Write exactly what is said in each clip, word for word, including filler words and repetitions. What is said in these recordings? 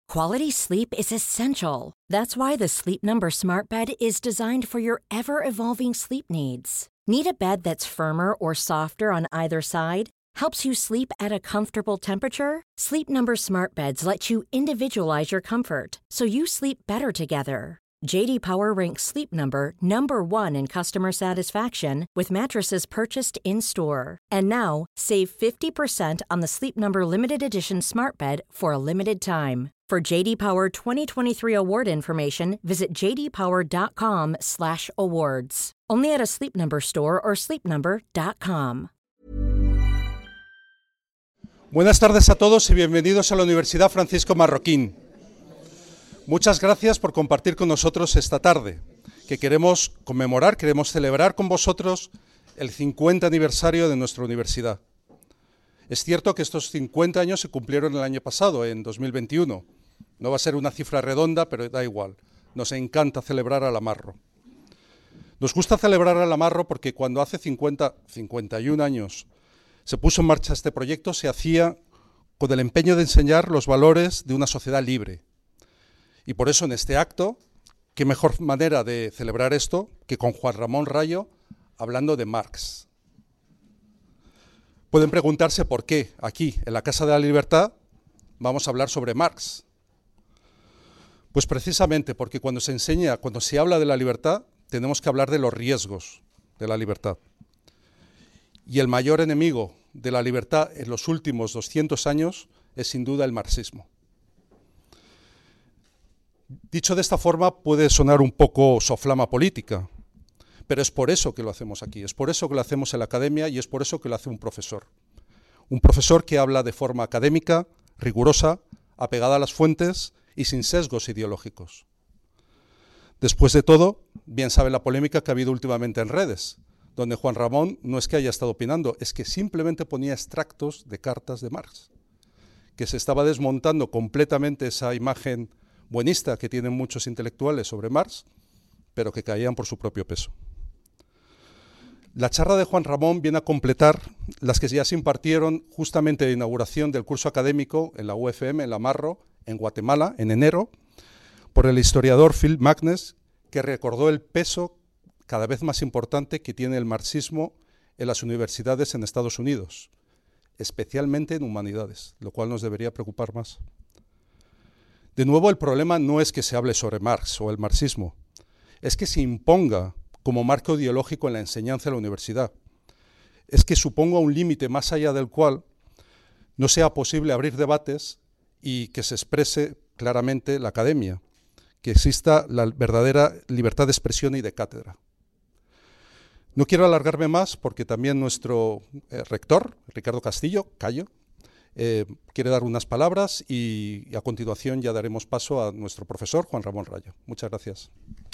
Quality sleep is essential. That's why the Sleep Number Smart Bed is designed for your ever-evolving sleep needs. Need a bed that's firmer or softer on either side? Helps you sleep at a comfortable temperature? Sleep Number Smart Beds let you individualize your comfort, so you sleep better together. J D Power ranks Sleep Number number one in customer satisfaction with mattresses purchased in-store. And now, save fifty percent on the Sleep Number Limited Edition Smart Bed for a limited time. For J D Power twenty twenty-three award information, visit j d power dot com slash awards. Only at a Sleep Number store or sleep number dot com. Buenas tardes a todos y bienvenidos a la Universidad Francisco Marroquín. Muchas gracias por compartir con nosotros esta tarde, que queremos conmemorar, queremos celebrar con vosotros el cincuenta aniversario de nuestra universidad. Es cierto que estos cincuenta años se cumplieron el año pasado, en dos mil veintiuno. No va a ser una cifra redonda, pero da igual. Nos encanta celebrar al Amarro. Nos gusta celebrar al Amarro porque cuando hace cincuenta, cincuenta y un años se puso en marcha este proyecto, se hacía con el empeño de enseñar los valores de una sociedad libre. Y por eso en este acto, qué mejor manera de celebrar esto que con Juan Ramón Rayo hablando de Marx. Pueden preguntarse por qué aquí, en la Casa de la Libertad, vamos a hablar sobre Marx. Pues precisamente porque cuando se enseña, cuando se habla de la libertad, tenemos que hablar de los riesgos de la libertad. Y el mayor enemigo de la libertad en los últimos doscientos años es sin duda el marxismo. Dicho de esta forma puede sonar un poco soflama política, pero es por eso que lo hacemos aquí, es por eso que lo hacemos en la academia y es por eso que lo hace un profesor. Un profesor que habla de forma académica, rigurosa, apegada a las fuentes y sin sesgos ideológicos. Después de todo, bien sabe la polémica que ha habido últimamente en redes, donde Juan Ramón no es que haya estado opinando, es que simplemente ponía extractos de cartas de Marx, que se estaba desmontando completamente esa imagen buenista que tienen muchos intelectuales sobre Marx, pero que caían por su propio peso. La charla de Juan Ramón viene a completar las que ya se impartieron justamente de inauguración del curso académico en la U F M, en la Marro, en Guatemala, en enero, por el historiador Phil Magness, que recordó el peso cada vez más importante que tiene el marxismo en las universidades en Estados Unidos, especialmente en humanidades, lo cual nos debería preocupar más. De nuevo, el problema no es que se hable sobre Marx o el marxismo, es que se imponga como marco ideológico en la enseñanza de la universidad. Es que suponga un límite más allá del cual no sea posible abrir debates y que se exprese claramente la academia, que exista la verdadera libertad de expresión y de cátedra. No quiero alargarme más porque también nuestro eh, rector, Ricardo Castillo, Cayo, Eh, quiere dar unas palabras y, y a continuación ya daremos paso a nuestro profesor Juan Ramón Rayo. Muchas gracias.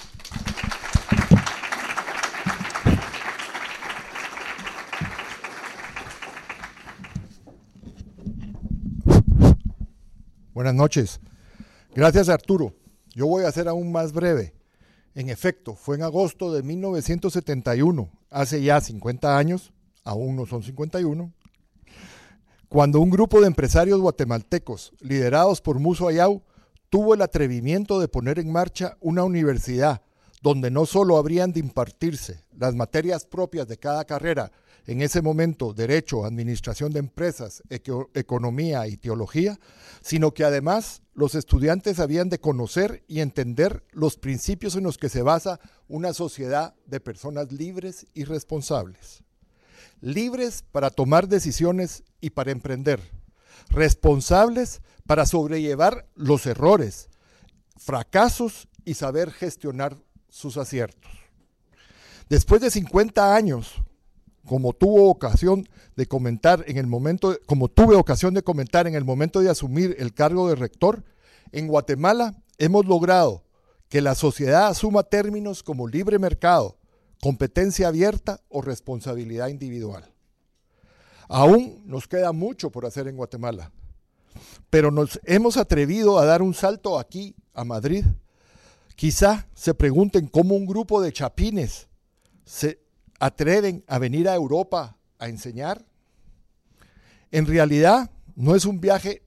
Buenas noches. Gracias, Arturo. Yo voy a ser aún más breve. En efecto, fue en agosto de mil novecientos setenta y uno, hace ya cincuenta años, aún no son cincuenta y uno, cuando un grupo de empresarios guatemaltecos, liderados por Musso Ayau, tuvo el atrevimiento de poner en marcha una universidad donde no solo habrían de impartirse las materias propias de cada carrera, en ese momento Derecho, Administración de Empresas, eco- Economía y Teología, sino que además los estudiantes habían de conocer y entender los principios en los que se basa una sociedad de personas libres y responsables. Libres para tomar decisiones y para emprender, responsables para sobrellevar los errores, fracasos y saber gestionar sus aciertos. Después de cincuenta años, como tuvo ocasión de comentar en el momento, como tuve ocasión de comentar en el momento de asumir el cargo de rector, en Guatemala hemos logrado que la sociedad asuma términos como libre mercado, competencia abierta o responsabilidad individual. Aún nos queda mucho por hacer en Guatemala, pero nos hemos atrevido a dar un salto aquí, a Madrid. Quizá se pregunten cómo un grupo de chapines se atreven a venir a Europa a enseñar. En realidad, no es un viaje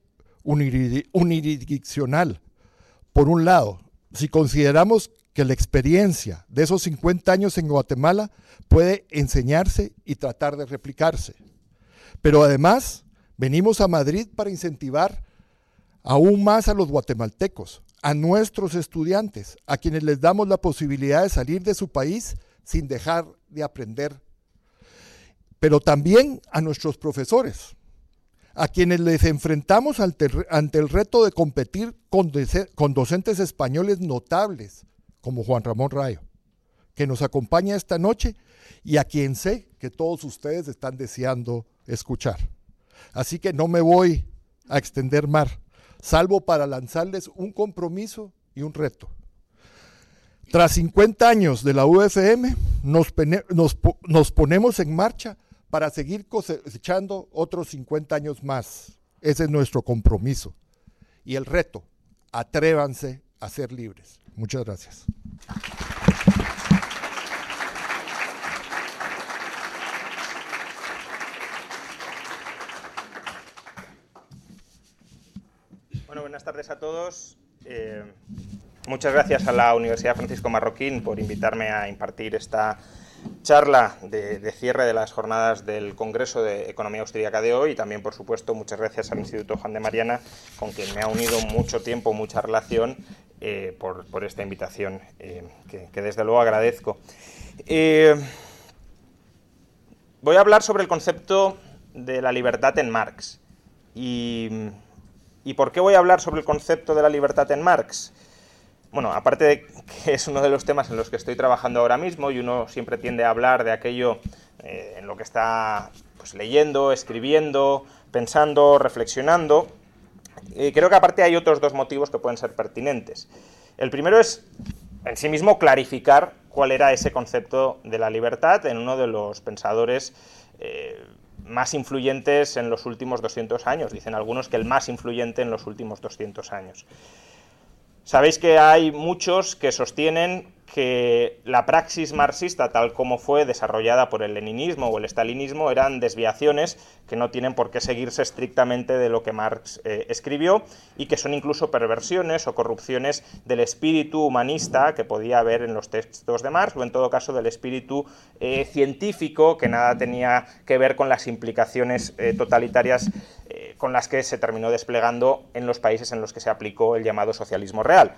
unidireccional. Por un lado, si consideramos que la experiencia de esos cincuenta años en Guatemala puede enseñarse y tratar de replicarse. Pero además, venimos a Madrid para incentivar aún más a los guatemaltecos, a nuestros estudiantes, a quienes les damos la posibilidad de salir de su país sin dejar de aprender. Pero también a nuestros profesores, a quienes les enfrentamos ante, ante el reto de competir con, con docentes españoles notables, como Juan Ramón Rayo, que nos acompaña esta noche y a quien sé que todos ustedes están deseando escuchar. Así que no me voy a extender más, salvo para lanzarles un compromiso y un reto. Tras cincuenta años de la U F M, nos, nos, nos ponemos en marcha para seguir cosechando otros cincuenta años más. Ese es nuestro compromiso. Y el reto, atrévanse a ser libres. Muchas gracias. Bueno, buenas tardes a todos. Eh, muchas gracias a la Universidad Francisco Marroquín por invitarme a impartir esta charla de, de cierre de las jornadas del Congreso de Economía Austríaca de hoy y también, por supuesto, muchas gracias al Instituto Juan de Mariana, con quien me ha unido mucho tiempo, mucha relación, eh, por, por esta invitación, eh, que, que desde luego agradezco. Eh, voy a hablar sobre el concepto de la libertad en Marx. Y, ¿y por qué voy a hablar sobre el concepto de la libertad en Marx? Bueno, aparte de que es uno de los temas en los que estoy trabajando ahora mismo y uno siempre tiende a hablar de aquello eh, en lo que está pues, leyendo, escribiendo, pensando, reflexionando, eh, creo que aparte hay otros dos motivos que pueden ser pertinentes. El primero es, en sí mismo, clarificar cuál era ese concepto de la libertad en uno de los pensadores eh, más influyentes en los últimos doscientos años. Dicen algunos que el más influyente en los últimos doscientos años. Sabéis que hay muchos que sostienen que la praxis marxista, tal como fue desarrollada por el leninismo o el estalinismo, eran desviaciones que no tienen por qué seguirse estrictamente de lo que Marx eh, escribió y que son incluso perversiones o corrupciones del espíritu humanista que podía haber en los textos de Marx o en todo caso del espíritu eh, científico que nada tenía que ver con las implicaciones eh, totalitarias eh, con las que se terminó desplegando en los países en los que se aplicó el llamado socialismo real.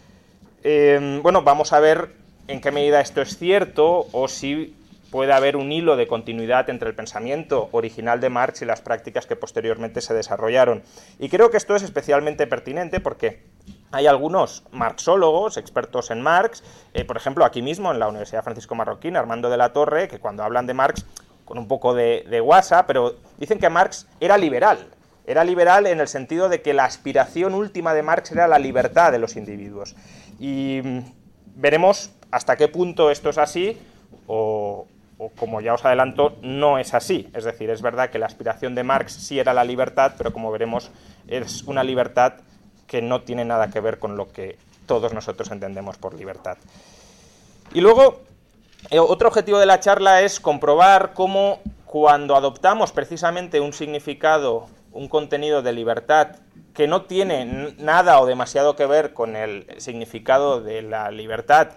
Eh, bueno, vamos a ver en qué medida esto es cierto o si puede haber un hilo de continuidad entre el pensamiento original de Marx y las prácticas que posteriormente se desarrollaron. Y creo que esto es especialmente pertinente porque hay algunos marxólogos, expertos en Marx, eh, por ejemplo, aquí mismo en la Universidad Francisco Marroquín, Armando de la Torre, que cuando hablan de Marx, con un poco de, de guasa, pero dicen que Marx era liberal. Era liberal en el sentido de que la aspiración última de Marx era la libertad de los individuos. Y veremos hasta qué punto esto es así o, o, como ya os adelanto, no es así. Es decir, es verdad que la aspiración de Marx sí era la libertad, pero como veremos es una libertad que no tiene nada que ver con lo que todos nosotros entendemos por libertad. Y luego, eh, otro objetivo de la charla es comprobar cómo cuando adoptamos precisamente un significado, un contenido de libertad que no tiene nada o demasiado que ver con el significado de la libertad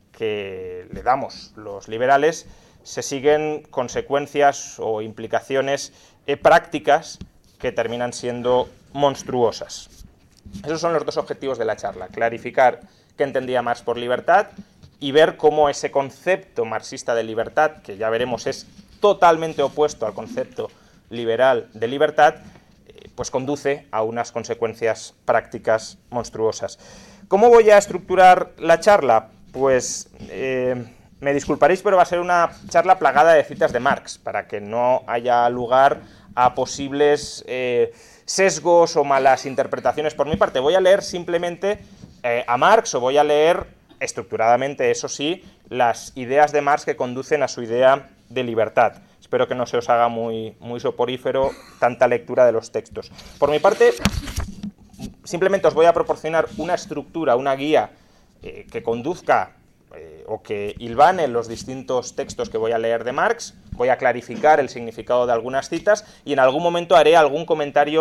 que le damos los liberales, se siguen consecuencias o implicaciones eh, prácticas que terminan siendo monstruosas. Esos son los dos objetivos de la charla: clarificar qué entendía Marx por libertad y ver cómo ese concepto marxista de libertad, que ya veremos es totalmente opuesto al concepto liberal de libertad, pues conduce a unas consecuencias prácticas monstruosas. ¿Cómo voy a estructurar la charla? Pues eh, me disculparéis, pero va a ser una charla plagada de citas de Marx, para que no haya lugar a posibles eh, sesgos o malas interpretaciones por mi parte. Voy a leer simplemente eh, a Marx, o voy a leer estructuradamente, eso sí, las ideas de Marx que conducen a su idea de libertad. Espero que no se os haga muy, muy soporífero tanta lectura de los textos. Por mi parte, simplemente os voy a proporcionar una estructura, una guía eh, que conduzca eh, o que hilvane los distintos textos que voy a leer de Marx. Voy a clarificar el significado de algunas citas y en algún momento haré algún comentario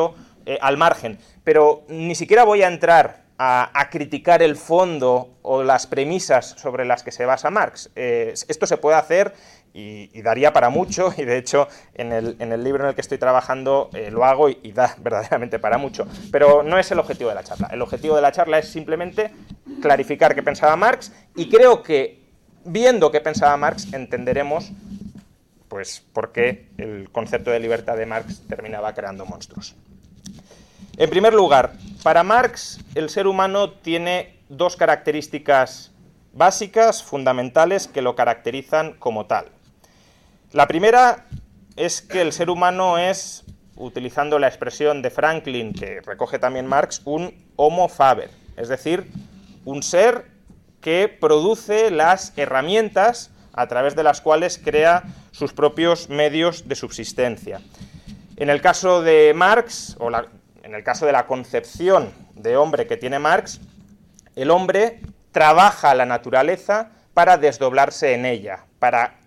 eh, al margen, pero ni siquiera voy a entrar a, a criticar el fondo o las premisas sobre las que se basa Marx. Eh, esto se puede hacer y, y daría para mucho, y de hecho en el, en el libro en el que estoy trabajando eh, lo hago y, y da verdaderamente para mucho, pero no es el objetivo de la charla. El objetivo de la charla es simplemente clarificar qué pensaba Marx, y creo que viendo qué pensaba Marx entenderemos pues por qué el concepto de libertad de Marx terminaba creando monstruos. En primer lugar, para Marx el ser humano tiene dos características básicas, fundamentales, que lo caracterizan como tal. La primera es que el ser humano es, utilizando la expresión de Franklin, que recoge también Marx, un homo faber, es decir, un ser que produce las herramientas a través de las cuales crea sus propios medios de subsistencia. En el caso de Marx, o la, en el caso de la concepción de hombre que tiene Marx, el hombre trabaja la naturaleza para desdoblarse en ella, para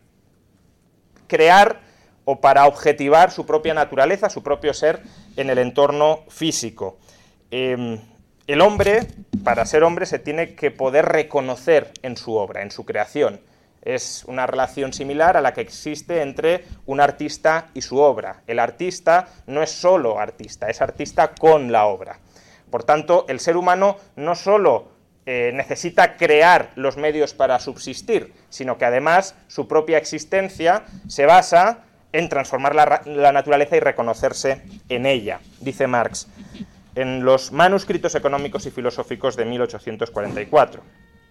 crear o para objetivar su propia naturaleza, su propio ser en el entorno físico. Eh, el hombre, para ser hombre, se tiene que poder reconocer en su obra, en su creación. Es una relación similar a la que existe entre un artista y su obra. El artista no es solo artista, es artista con la obra. Por tanto, el ser humano no solo eh, necesita crear los medios para subsistir, sino que además su propia existencia se basa en transformar la, la naturaleza y reconocerse en ella, dice Marx en los Manuscritos Económicos y Filosóficos de mil ochocientos cuarenta y cuatro.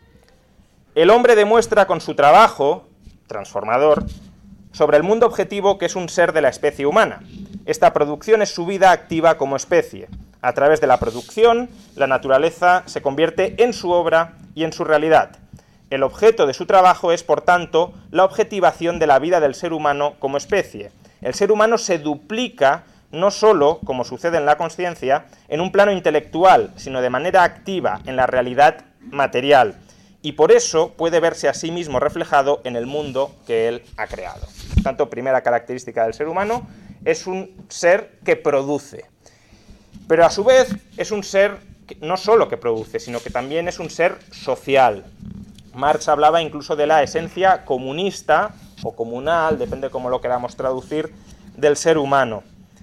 El hombre demuestra con su trabajo transformador sobre el mundo objetivo que es un ser de la especie humana. Esta producción es su vida activa como especie. A través de la producción, la naturaleza se convierte en su obra y en su realidad. El objeto de su trabajo es, por tanto, la objetivación de la vida del ser humano como especie. El ser humano se duplica no solo, como sucede en la consciencia, en un plano intelectual, sino de manera activa en la realidad material, y por eso puede verse a sí mismo reflejado en el mundo que él ha creado. Por tanto, primera característica del ser humano, es un ser que produce. Pero a su vez es un ser que no solo que produce, sino que también es un ser social. Marx hablaba incluso de la esencia comunista o comunal, depende cómo lo queramos traducir, del ser humano.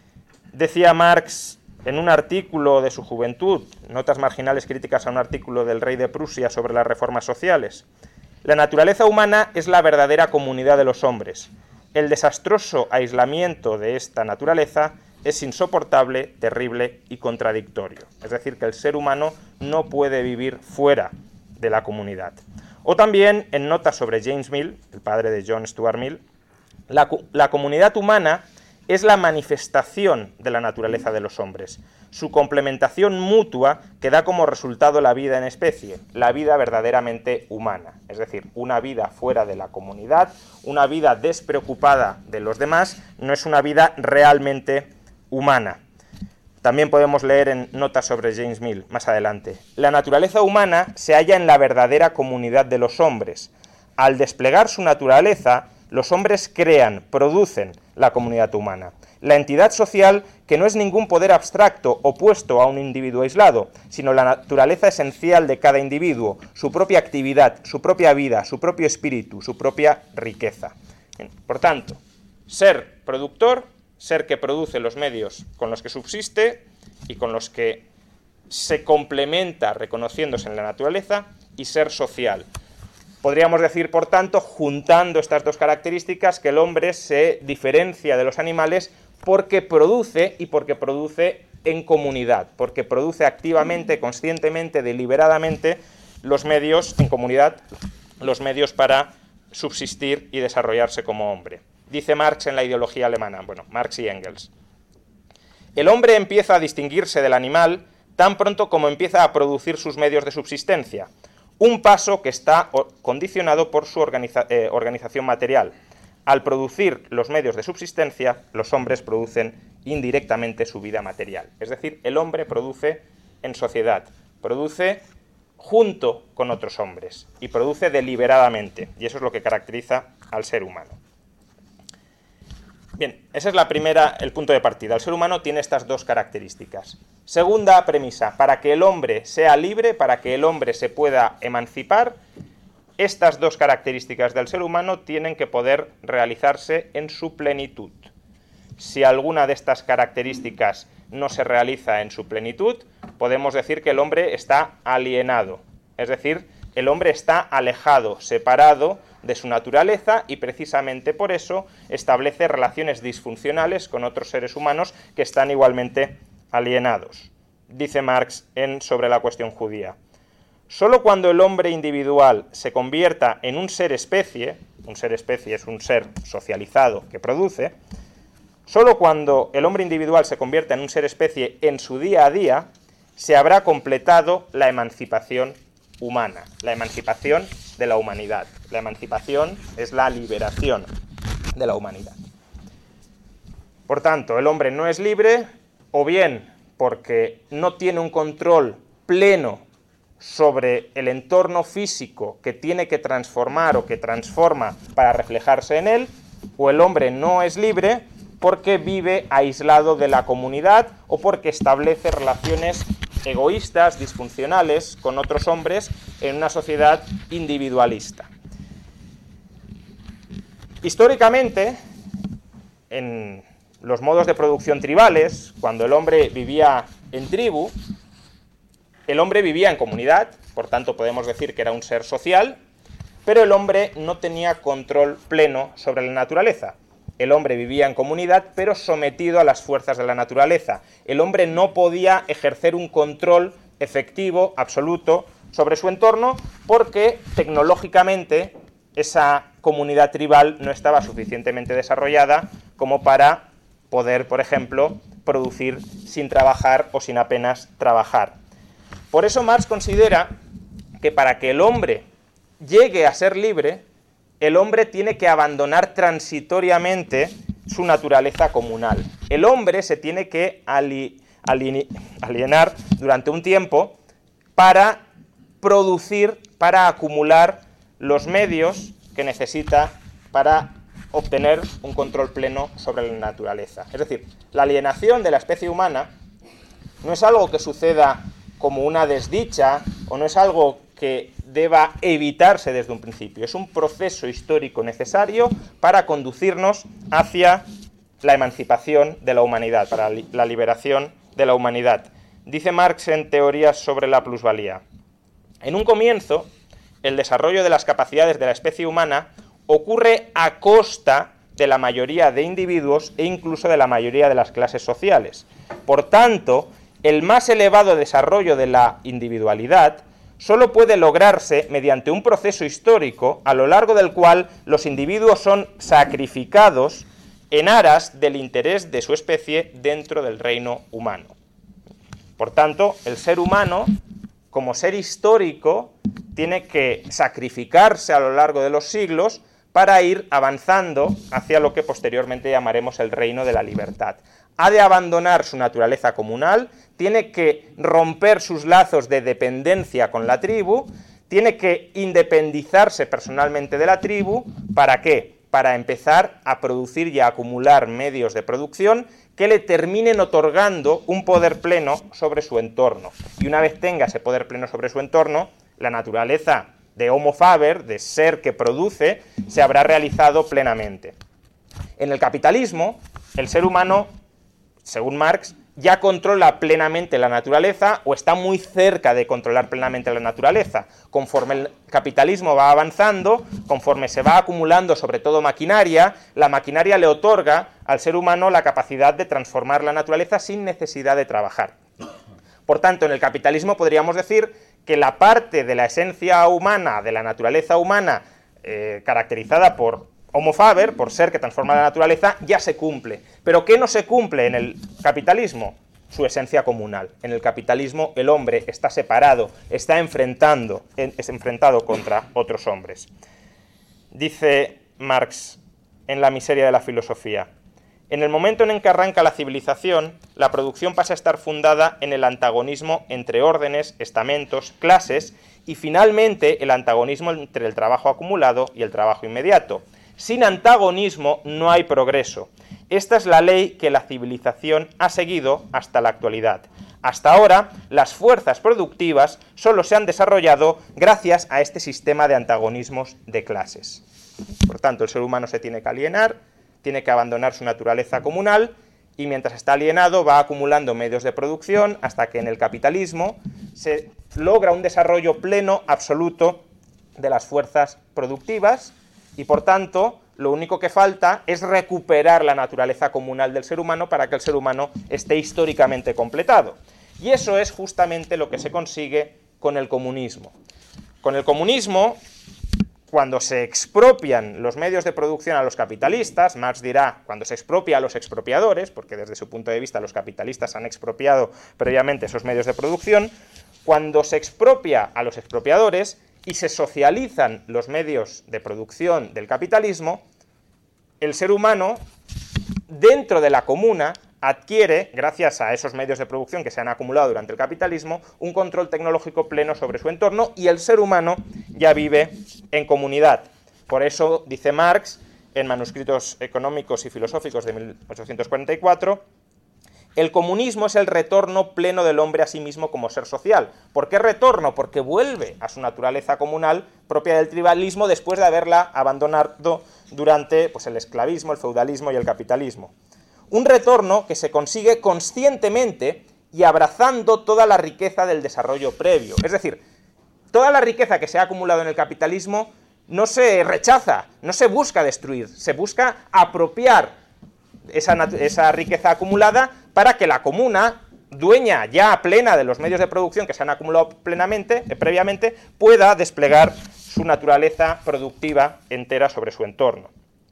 Decía Marx en un artículo de su juventud, Notas marginales críticas a un artículo del rey de Prusia sobre las reformas sociales: la naturaleza humana es la verdadera comunidad de los hombres. El desastroso aislamiento de esta naturaleza es insoportable, terrible y contradictorio. Es decir, que el ser humano no puede vivir fuera de la comunidad. O también, en Notas sobre James Mill, el padre de John Stuart Mill, la, la comunidad humana es la manifestación de la naturaleza de los hombres, su complementación mutua que da como resultado la vida en especie, la vida verdaderamente humana, es decir, una vida fuera de la comunidad, una vida despreocupada de los demás, no es una vida realmente humana. También podemos leer en Notas sobre James Mill, más adelante: la naturaleza humana se halla en la verdadera comunidad de los hombres. Al desplegar su naturaleza, los hombres crean, producen la comunidad humana, la entidad social que no es ningún poder abstracto opuesto a un individuo aislado, sino la naturaleza esencial de cada individuo, su propia actividad, su propia vida, su propio espíritu, su propia riqueza. Bien, por tanto, ser productor, ser que produce los medios con los que subsiste y con los que se complementa reconociéndose en la naturaleza, y ser social. Podríamos decir, por tanto, juntando estas dos características, que el hombre se diferencia de los animales porque produce, y porque produce en comunidad, porque produce activamente, conscientemente, deliberadamente los medios en comunidad, los medios para subsistir y desarrollarse como hombre. Dice Marx en la ideología alemana, bueno, Marx y Engels: el hombre empieza a distinguirse del animal tan pronto como empieza a producir sus medios de subsistencia, un paso que está condicionado por su organiza, eh, organización material. Al producir los medios de subsistencia, los hombres producen indirectamente su vida material. Es decir, el hombre produce en sociedad, produce junto con otros hombres y produce deliberadamente, y eso es lo que caracteriza al ser humano. Bien, ese es la primera, el punto de partida. El ser humano tiene estas dos características. Segunda premisa, para que el hombre sea libre, para que el hombre se pueda emancipar, estas dos características del ser humano tienen que poder realizarse en su plenitud. Si alguna de estas características no se realiza en su plenitud, podemos decir que el hombre está alienado, es decir, el hombre está alejado, separado de su naturaleza y precisamente por eso establece relaciones disfuncionales con otros seres humanos que están igualmente alienados. Dice Marx en Sobre la cuestión judía: solo cuando el hombre individual se convierta en un ser especie, un ser especie es un ser socializado que produce, solo cuando el hombre individual se convierta en un ser especie en su día a día, se habrá completado la emancipación humana, la emancipación de la humanidad. La emancipación es la liberación de la humanidad. Por tanto, el hombre no es libre, o bien porque no tiene un control pleno sobre el entorno físico que tiene que transformar o que transforma para reflejarse en él, o el hombre no es libre porque vive aislado de la comunidad o porque establece relaciones egoístas, disfuncionales con otros hombres en una sociedad individualista. Históricamente, en los modos de producción tribales, cuando el hombre vivía en tribu, el hombre vivía en comunidad, por tanto podemos decir que era un ser social, pero el hombre no tenía control pleno sobre la naturaleza. El hombre vivía en comunidad, pero sometido a las fuerzas de la naturaleza. El hombre no podía ejercer un control efectivo, absoluto, sobre su entorno, porque tecnológicamente esa comunidad tribal no estaba suficientemente desarrollada como para poder, por ejemplo, producir sin trabajar o sin apenas trabajar. Por eso Marx considera que para que el hombre llegue a ser libre, el hombre tiene que abandonar transitoriamente su naturaleza comunal. El hombre se tiene que ali, ali, alienar durante un tiempo para producir, para acumular los medios que necesita para obtener un control pleno sobre la naturaleza. Es decir, la alienación de la especie humana no es algo que suceda como una desdicha o no es algo que deba evitarse desde un principio. Es un proceso histórico necesario para conducirnos hacia la emancipación de la humanidad, para la liberación de la humanidad. Dice Marx en Teorías sobre la plusvalía: en un comienzo, el desarrollo de las capacidades de la especie humana ocurre a costa de la mayoría de individuos e incluso de la mayoría de las clases sociales. Por tanto, el más elevado desarrollo de la individualidad solo puede lograrse mediante un proceso histórico a lo largo del cual los individuos son sacrificados en aras del interés de su especie dentro del reino humano. Por tanto, el ser humano, como ser histórico, tiene que sacrificarse a lo largo de los siglos para ir avanzando hacia lo que posteriormente llamaremos el reino de la libertad. Ha de abandonar su naturaleza comunal, tiene que romper sus lazos de dependencia con la tribu, tiene que independizarse personalmente de la tribu. ¿Para qué? Para empezar a producir y a acumular medios de producción que le terminen otorgando un poder pleno sobre su entorno. Y una vez tenga ese poder pleno sobre su entorno, la naturaleza de Homo faber, de ser que produce, se habrá realizado plenamente. En el capitalismo, el ser humano, según Marx, ya controla plenamente la naturaleza o está muy cerca de controlar plenamente la naturaleza. Conforme el capitalismo va avanzando, conforme se va acumulando sobre todo maquinaria, la maquinaria le otorga al ser humano la capacidad de transformar la naturaleza sin necesidad de trabajar. Por tanto, en el capitalismo podríamos decir que la parte de la esencia humana, de la naturaleza humana, eh, caracterizada por Homo faber, por ser que transforma la naturaleza, ya se cumple. ¿Pero qué no se cumple en el capitalismo? Su esencia comunal. En el capitalismo el hombre está separado, está enfrentando, es enfrentado contra otros hombres. Dice Marx en La miseria de la filosofía: en el momento en el que arranca la civilización, la producción pasa a estar fundada en el antagonismo entre órdenes, estamentos, clases y finalmente el antagonismo entre el trabajo acumulado y el trabajo inmediato. Sin antagonismo no hay progreso, Esta es la ley que la civilización ha seguido hasta la actualidad. Hasta ahora, las fuerzas productivas solo se han desarrollado gracias a este sistema de antagonismos de clases. Por tanto, el ser humano se tiene que alienar, tiene que abandonar su naturaleza comunal, y mientras está alienado va acumulando medios de producción hasta que en el capitalismo se logra un desarrollo pleno, absoluto, de las fuerzas productivas, y por tanto lo único que falta es recuperar la naturaleza comunal del ser humano para que el ser humano esté históricamente completado. Y eso es justamente lo que se consigue con el comunismo. Con el comunismo, cuando se expropian los medios de producción a los capitalistas, Marx dirá, cuando se expropia a los expropiadores, porque desde su punto de vista los capitalistas han expropiado previamente esos medios de producción, cuando se expropia a los expropiadores y se socializan los medios de producción del capitalismo, el ser humano, dentro de la comuna, adquiere, gracias a esos medios de producción que se han acumulado durante el capitalismo, un control tecnológico pleno sobre su entorno, y el ser humano ya vive en comunidad. Por eso, dice Marx, en Manuscritos Económicos y Filosóficos de mil ochocientos cuarenta y cuatro, el comunismo es el retorno pleno del hombre a sí mismo como ser social. ¿Por qué retorno? Porque vuelve a su naturaleza comunal propia del tribalismo después de haberla abandonado durante pues, el esclavismo, el feudalismo y el capitalismo. Un retorno que se consigue conscientemente y abrazando toda la riqueza del desarrollo previo. Es decir, toda la riqueza que se ha acumulado en el capitalismo no se rechaza, no se busca destruir, se busca apropiar esa, esa riqueza acumulada para que la comuna, dueña ya plena de los medios de producción que se han acumulado plenamente, eh, previamente, pueda desplegar su naturaleza productiva entera sobre su entorno.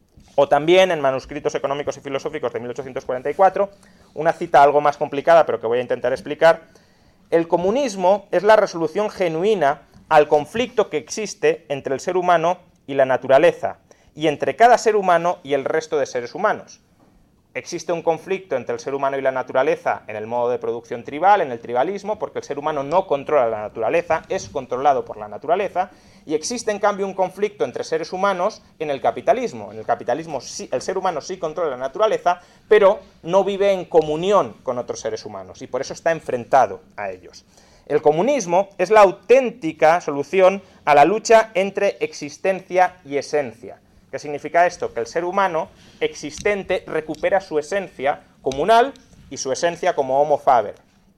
O también en Manuscritos Económicos y Filosóficos de mil ochocientos cuarenta y cuatro, una cita algo más complicada, pero que voy a intentar explicar: el comunismo es la resolución genuina al conflicto que existe entre el ser humano y la naturaleza, y entre cada ser humano y el resto de seres humanos. Existe un conflicto entre el ser humano y la naturaleza en el modo de producción tribal, en el tribalismo, porque el ser humano no controla la naturaleza, es controlado por la naturaleza, y existe en cambio un conflicto entre seres humanos en el capitalismo. En el capitalismo sí, el ser humano sí controla la naturaleza, pero no vive en comunión con otros seres humanos, y por eso está enfrentado a ellos. El comunismo es la auténtica solución a la lucha entre existencia y esencia. ¿Qué significa esto? Que el ser humano existente recupera su esencia comunal y su esencia como homo faber.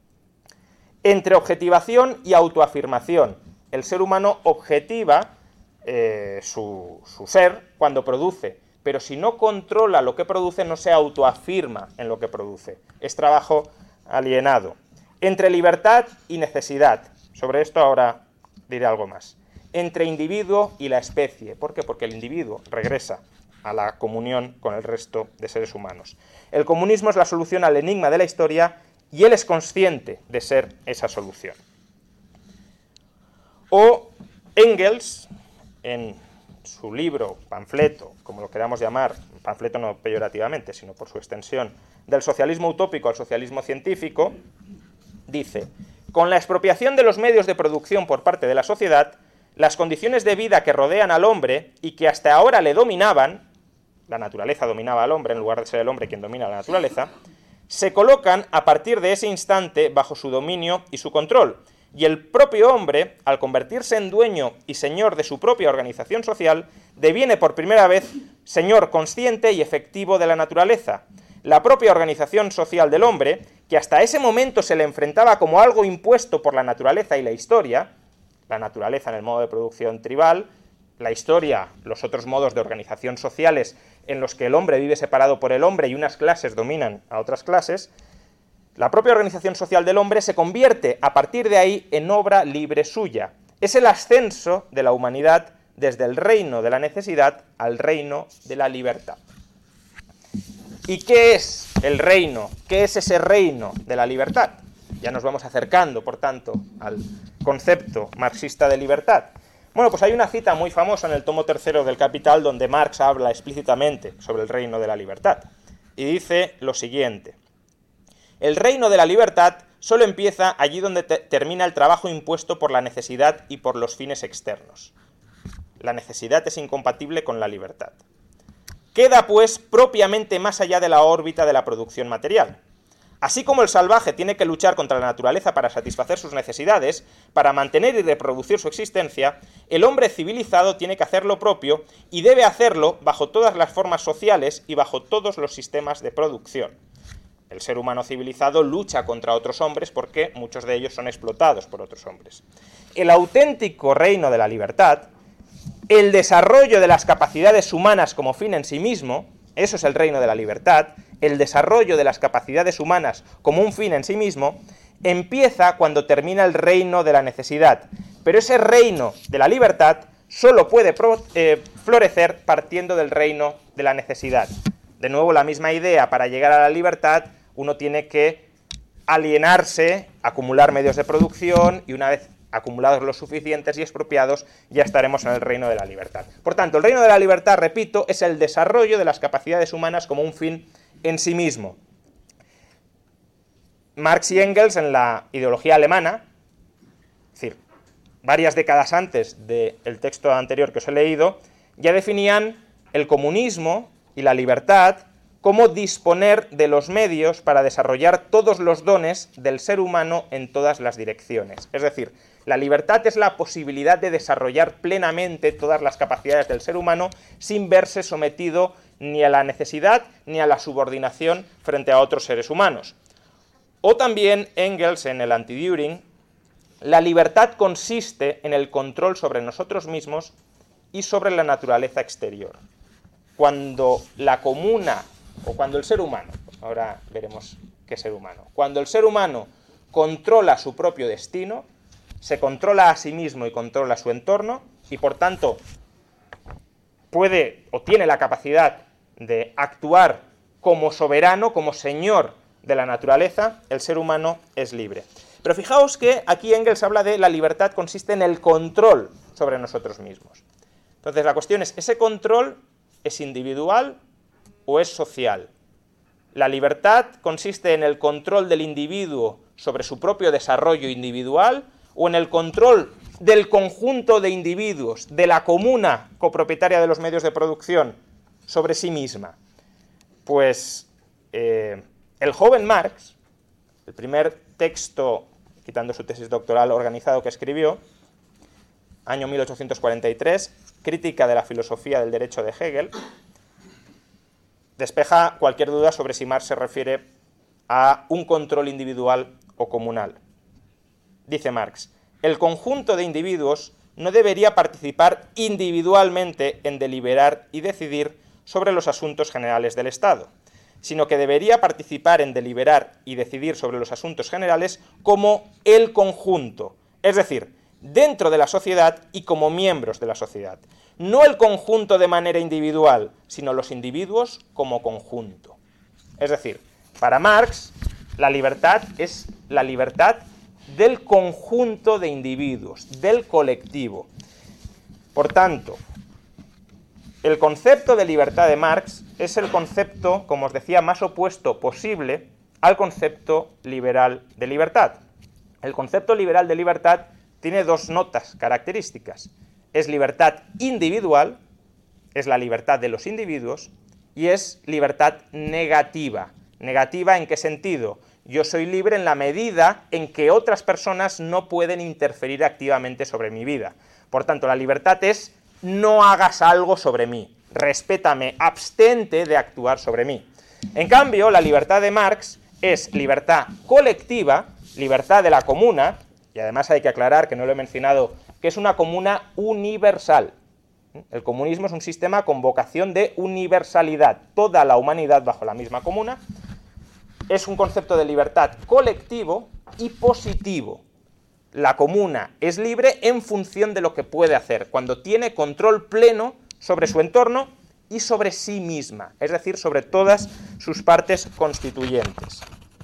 Entre objetivación y autoafirmación, el ser humano objetiva eh, su, su ser cuando produce, pero si no controla lo que produce, no se autoafirma en lo que produce. Es trabajo alienado. Entre libertad y necesidad, sobre esto ahora diré algo más. Entre individuo y la especie. ¿Por qué? Porque el individuo regresa a la comunión con el resto de seres humanos. El comunismo es la solución al enigma de la historia y él es consciente de ser esa solución. O Engels, en su libro, panfleto, como lo queramos llamar, panfleto no peyorativamente, sino por su extensión, del socialismo utópico al socialismo científico, dice: con la expropiación de los medios de producción por parte de la sociedad, las condiciones de vida que rodean al hombre y que hasta ahora le dominaban, la naturaleza dominaba al hombre en lugar de ser el hombre quien domina la naturaleza, se colocan a partir de ese instante bajo su dominio y su control, y el propio hombre, al convertirse en dueño y señor de su propia organización social, deviene por primera vez señor consciente y efectivo de la naturaleza. La propia organización social del hombre, que hasta ese momento se le enfrentaba como algo impuesto por la naturaleza y la historia, la naturaleza en el modo de producción tribal, la historia, los otros modos de organización sociales en los que el hombre vive separado por el hombre y unas clases dominan a otras clases, la propia organización social del hombre se convierte a partir de ahí en obra libre suya. Es el ascenso de la humanidad desde el reino de la necesidad al reino de la libertad. ¿Y qué es el reino? ¿Qué es ese reino de la libertad? Ya nos vamos acercando, por tanto, al concepto marxista de libertad. Bueno, pues hay una cita muy famosa en el tomo tercero del Capital donde Marx habla explícitamente sobre el reino de la libertad. Y dice lo siguiente: el reino de la libertad solo empieza allí donde te- termina el trabajo impuesto por la necesidad y por los fines externos. La necesidad es incompatible con la libertad. Queda, pues, propiamente más allá de la órbita de la producción material. Así como el salvaje tiene que luchar contra la naturaleza para satisfacer sus necesidades, para mantener y reproducir su existencia, el hombre civilizado tiene que hacer lo propio y debe hacerlo bajo todas las formas sociales y bajo todos los sistemas de producción. El ser humano civilizado lucha contra otros hombres porque muchos de ellos son explotados por otros hombres. El auténtico reino de la libertad, el desarrollo de las capacidades humanas como fin en sí mismo, eso es el reino de la libertad, el desarrollo de las capacidades humanas como un fin en sí mismo, empieza cuando termina el reino de la necesidad. Pero ese reino de la libertad solo puede pro, eh, florecer partiendo del reino de la necesidad. De nuevo, la misma idea: para llegar a la libertad uno tiene que alienarse, acumular medios de producción, y una vez acumulados los suficientes y expropiados, ya estaremos en el reino de la libertad. Por tanto, el reino de la libertad, repito, es el desarrollo de las capacidades humanas como un fin en sí mismo. Marx y Engels, en la ideología alemana, es decir, varias décadas antes del texto anterior que os he leído, ya definían el comunismo y la libertad como disponer de los medios para desarrollar todos los dones del ser humano en todas las direcciones. Es decir, la libertad es la posibilidad de desarrollar plenamente todas las capacidades del ser humano sin verse sometido ni a la necesidad ni a la subordinación frente a otros seres humanos. O también Engels, en el Anti-Düring, la libertad consiste en el control sobre nosotros mismos y sobre la naturaleza exterior. Cuando la comuna, o cuando el ser humano, ahora veremos qué ser humano, cuando el ser humano controla su propio destino, se controla a sí mismo y controla su entorno, y por tanto puede o tiene la capacidad de actuar como soberano, como señor de la naturaleza, el ser humano es libre. Pero fijaos que aquí Engels habla de la libertad consiste en el control sobre nosotros mismos. Entonces la cuestión es, ¿ese control es individual o es social? La libertad consiste en el control del individuo sobre su propio desarrollo individual o en el control del conjunto de individuos, de la comuna copropietaria de los medios de producción, sobre sí misma. Pues eh, el joven Marx, el primer texto, quitando su tesis doctoral, organizado que escribió, año mil ochocientos cuarenta y tres, Crítica de la filosofía del derecho de Hegel, despeja cualquier duda sobre si Marx se refiere a un control individual o comunal. Dice Marx: el conjunto de individuos no debería participar individualmente en deliberar y decidir sobre los asuntos generales del Estado, sino que debería participar en deliberar y decidir sobre los asuntos generales como el conjunto, es decir, dentro de la sociedad y como miembros de la sociedad. No el conjunto de manera individual, sino los individuos como conjunto. Es decir, para Marx, la libertad es la libertad del conjunto de individuos, del colectivo. Por tanto, el concepto de libertad de Marx es el concepto, como os decía, más opuesto posible al concepto liberal de libertad. El concepto liberal de libertad tiene dos notas características. Es libertad individual, es la libertad de los individuos, y es libertad negativa. ¿Negativa en qué sentido? Yo soy libre en la medida en que otras personas no pueden interferir activamente sobre mi vida. Por tanto, la libertad es: no hagas algo sobre mí, respétame, abstente de actuar sobre mí. En cambio, la libertad de Marx es libertad colectiva, libertad de la comuna, y además hay que aclarar, que no lo he mencionado, que es una comuna universal. El comunismo es un sistema con vocación de universalidad, toda la humanidad bajo la misma comuna. Es un concepto de libertad colectivo y positivo. La comuna es libre en función de lo que puede hacer, cuando tiene control pleno sobre su entorno y sobre sí misma, es decir, sobre todas sus partes constituyentes.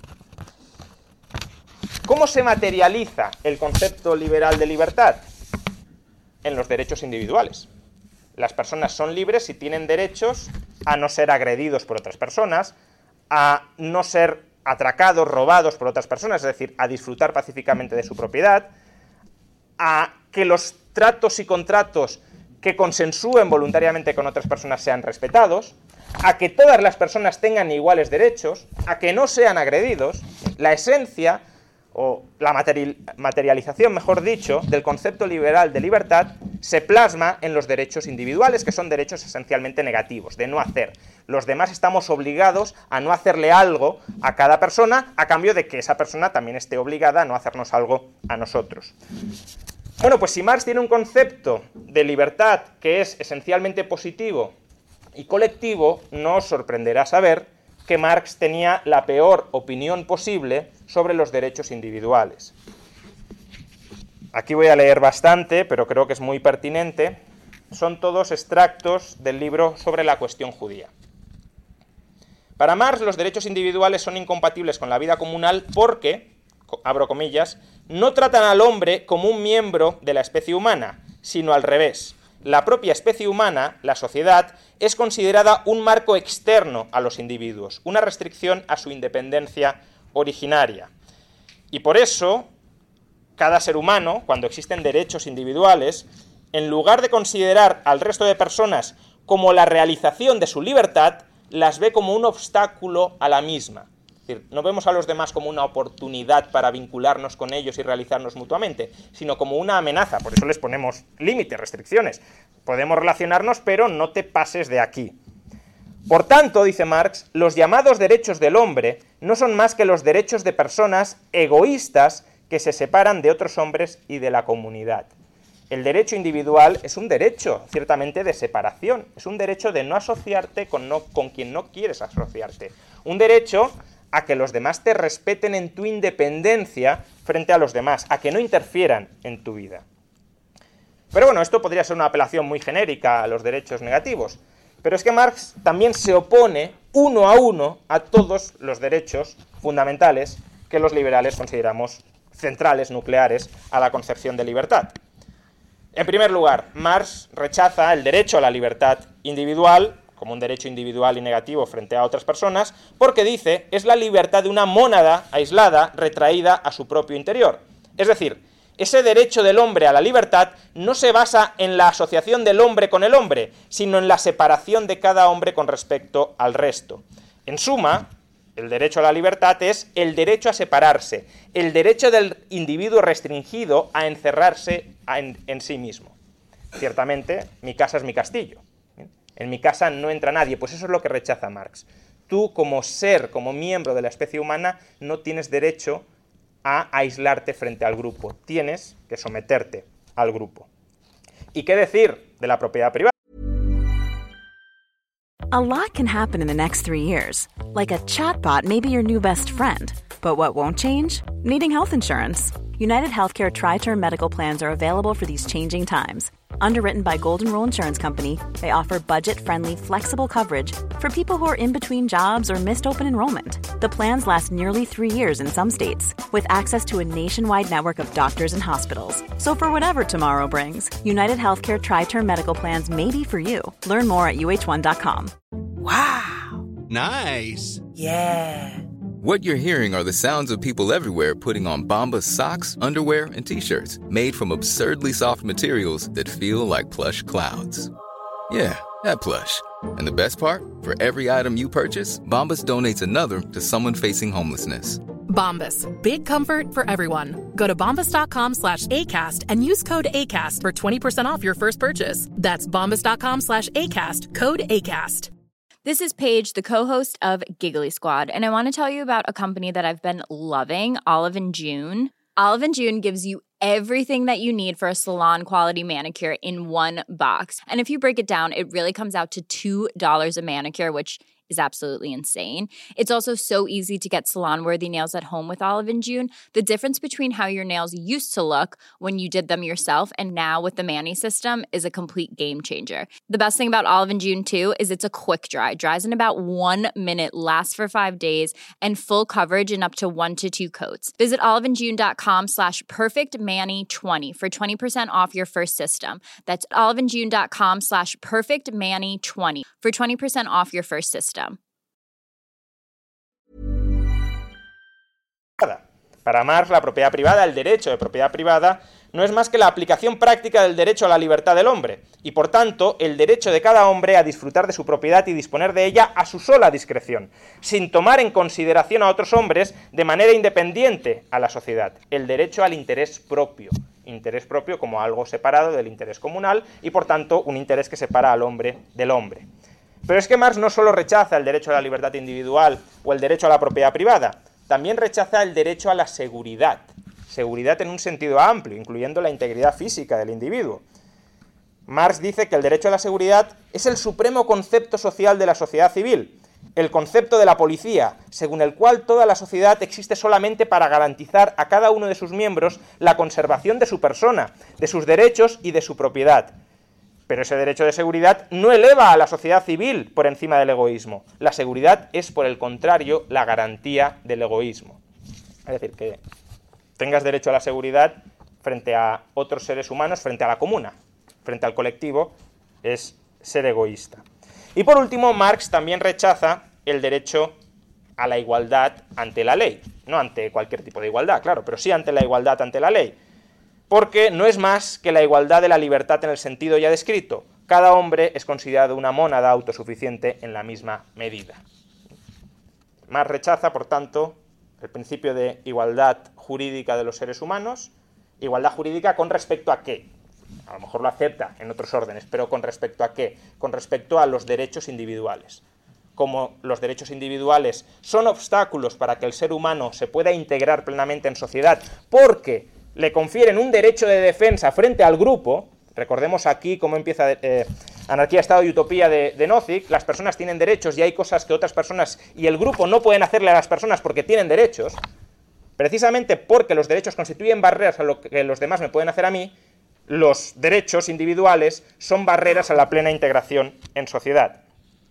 ¿Cómo se materializa el concepto liberal de libertad? En los derechos individuales. Las personas son libres si tienen derechos a no ser agredidos por otras personas, a no ser atracados, robados por otras personas, es decir, a disfrutar pacíficamente de su propiedad, a que los tratos y contratos que consensúen voluntariamente con otras personas sean respetados, a que todas las personas tengan iguales derechos, a que no sean agredidos. La esencia, o la materialización, mejor dicho, del concepto liberal de libertad se plasma en los derechos individuales, que son derechos esencialmente negativos, de no hacer. Los demás estamos obligados a no hacerle algo a cada persona, a cambio de que esa persona también esté obligada a no hacernos algo a nosotros. Bueno, pues si Marx tiene un concepto de libertad que es esencialmente positivo y colectivo, no os sorprenderá saber que Marx tenía la peor opinión posible sobre los derechos individuales. Aquí voy a leer bastante, pero creo que es muy pertinente. Son todos extractos del libro sobre la cuestión judía. Para Marx, los derechos individuales son incompatibles con la vida comunal porque, abro comillas, no tratan al hombre como un miembro de la especie humana, sino al revés. La propia especie humana, la sociedad, es considerada un marco externo a los individuos, una restricción a su independencia originaria. Y por eso, cada ser humano, cuando existen derechos individuales, en lugar de considerar al resto de personas como la realización de su libertad, las ve como un obstáculo a la misma. Es decir, no vemos a los demás como una oportunidad para vincularnos con ellos y realizarnos mutuamente, sino como una amenaza. Por eso les ponemos límites, restricciones. Podemos relacionarnos, pero no te pases de aquí. Por tanto, dice Marx, los llamados derechos del hombre no son más que los derechos de personas egoístas que se separan de otros hombres y de la comunidad. El derecho individual es un derecho, ciertamente, de separación. Es un derecho de no asociarte con, no, con quien no quieres asociarte. Un derecho a que los demás te respeten en tu independencia frente a los demás, a que no interfieran en tu vida. Pero bueno, esto podría ser una apelación muy genérica a los derechos negativos, pero es que Marx también se opone uno a uno a todos los derechos fundamentales que los liberales consideramos centrales, nucleares, a la concepción de libertad. En primer lugar, Marx rechaza el derecho a la libertad individual, como un derecho individual y negativo frente a otras personas, porque dice es la libertad de una mónada aislada, retraída a su propio interior. Es decir, ese derecho del hombre a la libertad no se basa en la asociación del hombre con el hombre, sino en la separación de cada hombre con respecto al resto. En suma, el derecho a la libertad es el derecho a separarse, el derecho del individuo restringido a encerrarse en, en sí mismo. Ciertamente, mi casa es mi castillo. En mi casa no entra nadie, pues eso es lo que rechaza Marx. Tú, como ser, como miembro de la especie humana, no tienes derecho a aislarte frente al grupo. Tienes que someterte al grupo. ¿Y qué decir de la propiedad privada? A lot can happen in the next three years. Like a chatbot may be your new best friend. But what won't change? Needing health insurance. United Healthcare Tri-Term Medical Plans are available for these changing times. Underwritten by Golden Rule Insurance Company, they offer budget-friendly, flexible coverage for people who are in between jobs or missed open enrollment. The plans last nearly three years in some states, with access to a nationwide network of doctors and hospitals. So for whatever tomorrow brings, United Healthcare Tri-Term Medical Plans may be for you. Learn more at U H one dot com. Wow. Nice. Yeah. What you're hearing are the sounds of people everywhere putting on Bombas socks, underwear, and T-shirts made from absurdly soft materials that feel like plush clouds. Yeah, that plush. And the best part? For every item you purchase, Bombas donates another to someone facing homelessness. Bombas. Big comfort for everyone. Go to bombas.com slash ACAST and use code ACAST for twenty percent off your first purchase. That's bombas.com slash ACAST. Code ACAST. This is Paige, the co-host of Giggly Squad, and I want to tell you about a company that I've been loving, Olive and June. Olive and June gives you everything that you need for a salon-quality manicure in one box. And if you break it down, it really comes out to two dollars a manicure, which is absolutely insane. It's also so easy to get salon-worthy nails at home with Olive and June. The difference between how your nails used to look when you did them yourself and now with the Mani system is a complete game changer. The best thing about Olive and June, too, is it's a quick dry. Dries in about one minute, lasts for five days, and full coverage in up to one to two coats. Visit oliveandjune.com slash perfectmani20 for twenty percent off your first system. That's oliveandjune.com slash perfectmani20 for twenty percent off your first system. Para Marx, la propiedad privada, el derecho de propiedad privada, no es más que la aplicación práctica del derecho a la libertad del hombre, y por tanto, el derecho de cada hombre a disfrutar de su propiedad y disponer de ella a su sola discreción, sin tomar en consideración a otros hombres de manera independiente a la sociedad. El derecho al interés propio. Interés propio como algo separado del interés comunal, y por tanto, un interés que separa al hombre del hombre. Pero es que Marx no solo rechaza el derecho a la libertad individual o el derecho a la propiedad privada, también rechaza el derecho a la seguridad. Seguridad en un sentido amplio, incluyendo la integridad física del individuo. Marx dice que el derecho a la seguridad es el supremo concepto social de la sociedad civil, el concepto de la policía, según el cual toda la sociedad existe solamente para garantizar a cada uno de sus miembros la conservación de su persona, de sus derechos y de su propiedad. Pero ese derecho de seguridad no eleva a la sociedad civil por encima del egoísmo. La seguridad es, por el contrario, la garantía del egoísmo. Es decir, que tengas derecho a la seguridad frente a otros seres humanos, frente a la comuna, frente al colectivo, es ser egoísta. Y por último, Marx también rechaza el derecho a la igualdad ante la ley. No ante cualquier tipo de igualdad, claro, pero sí ante la igualdad ante la ley. Porque no es más que la igualdad de la libertad en el sentido ya descrito. Cada hombre es considerado una mónada autosuficiente en la misma medida. Marx rechaza, por tanto, el principio de igualdad jurídica de los seres humanos. Igualdad jurídica con respecto a qué. A lo mejor lo acepta en otros órdenes, pero ¿con respecto a qué? Con respecto a los derechos individuales. Como los derechos individuales son obstáculos para que el ser humano se pueda integrar plenamente en sociedad, porque le confieren un derecho de defensa frente al grupo. Recordemos aquí cómo empieza eh, Anarquía, Estado y Utopía de, de Nozick. Las personas tienen derechos y hay cosas que otras personas y el grupo no pueden hacerle a las personas porque tienen derechos. Precisamente porque los derechos constituyen barreras a lo que los demás me pueden hacer a mí, los derechos individuales son barreras a la plena integración en sociedad.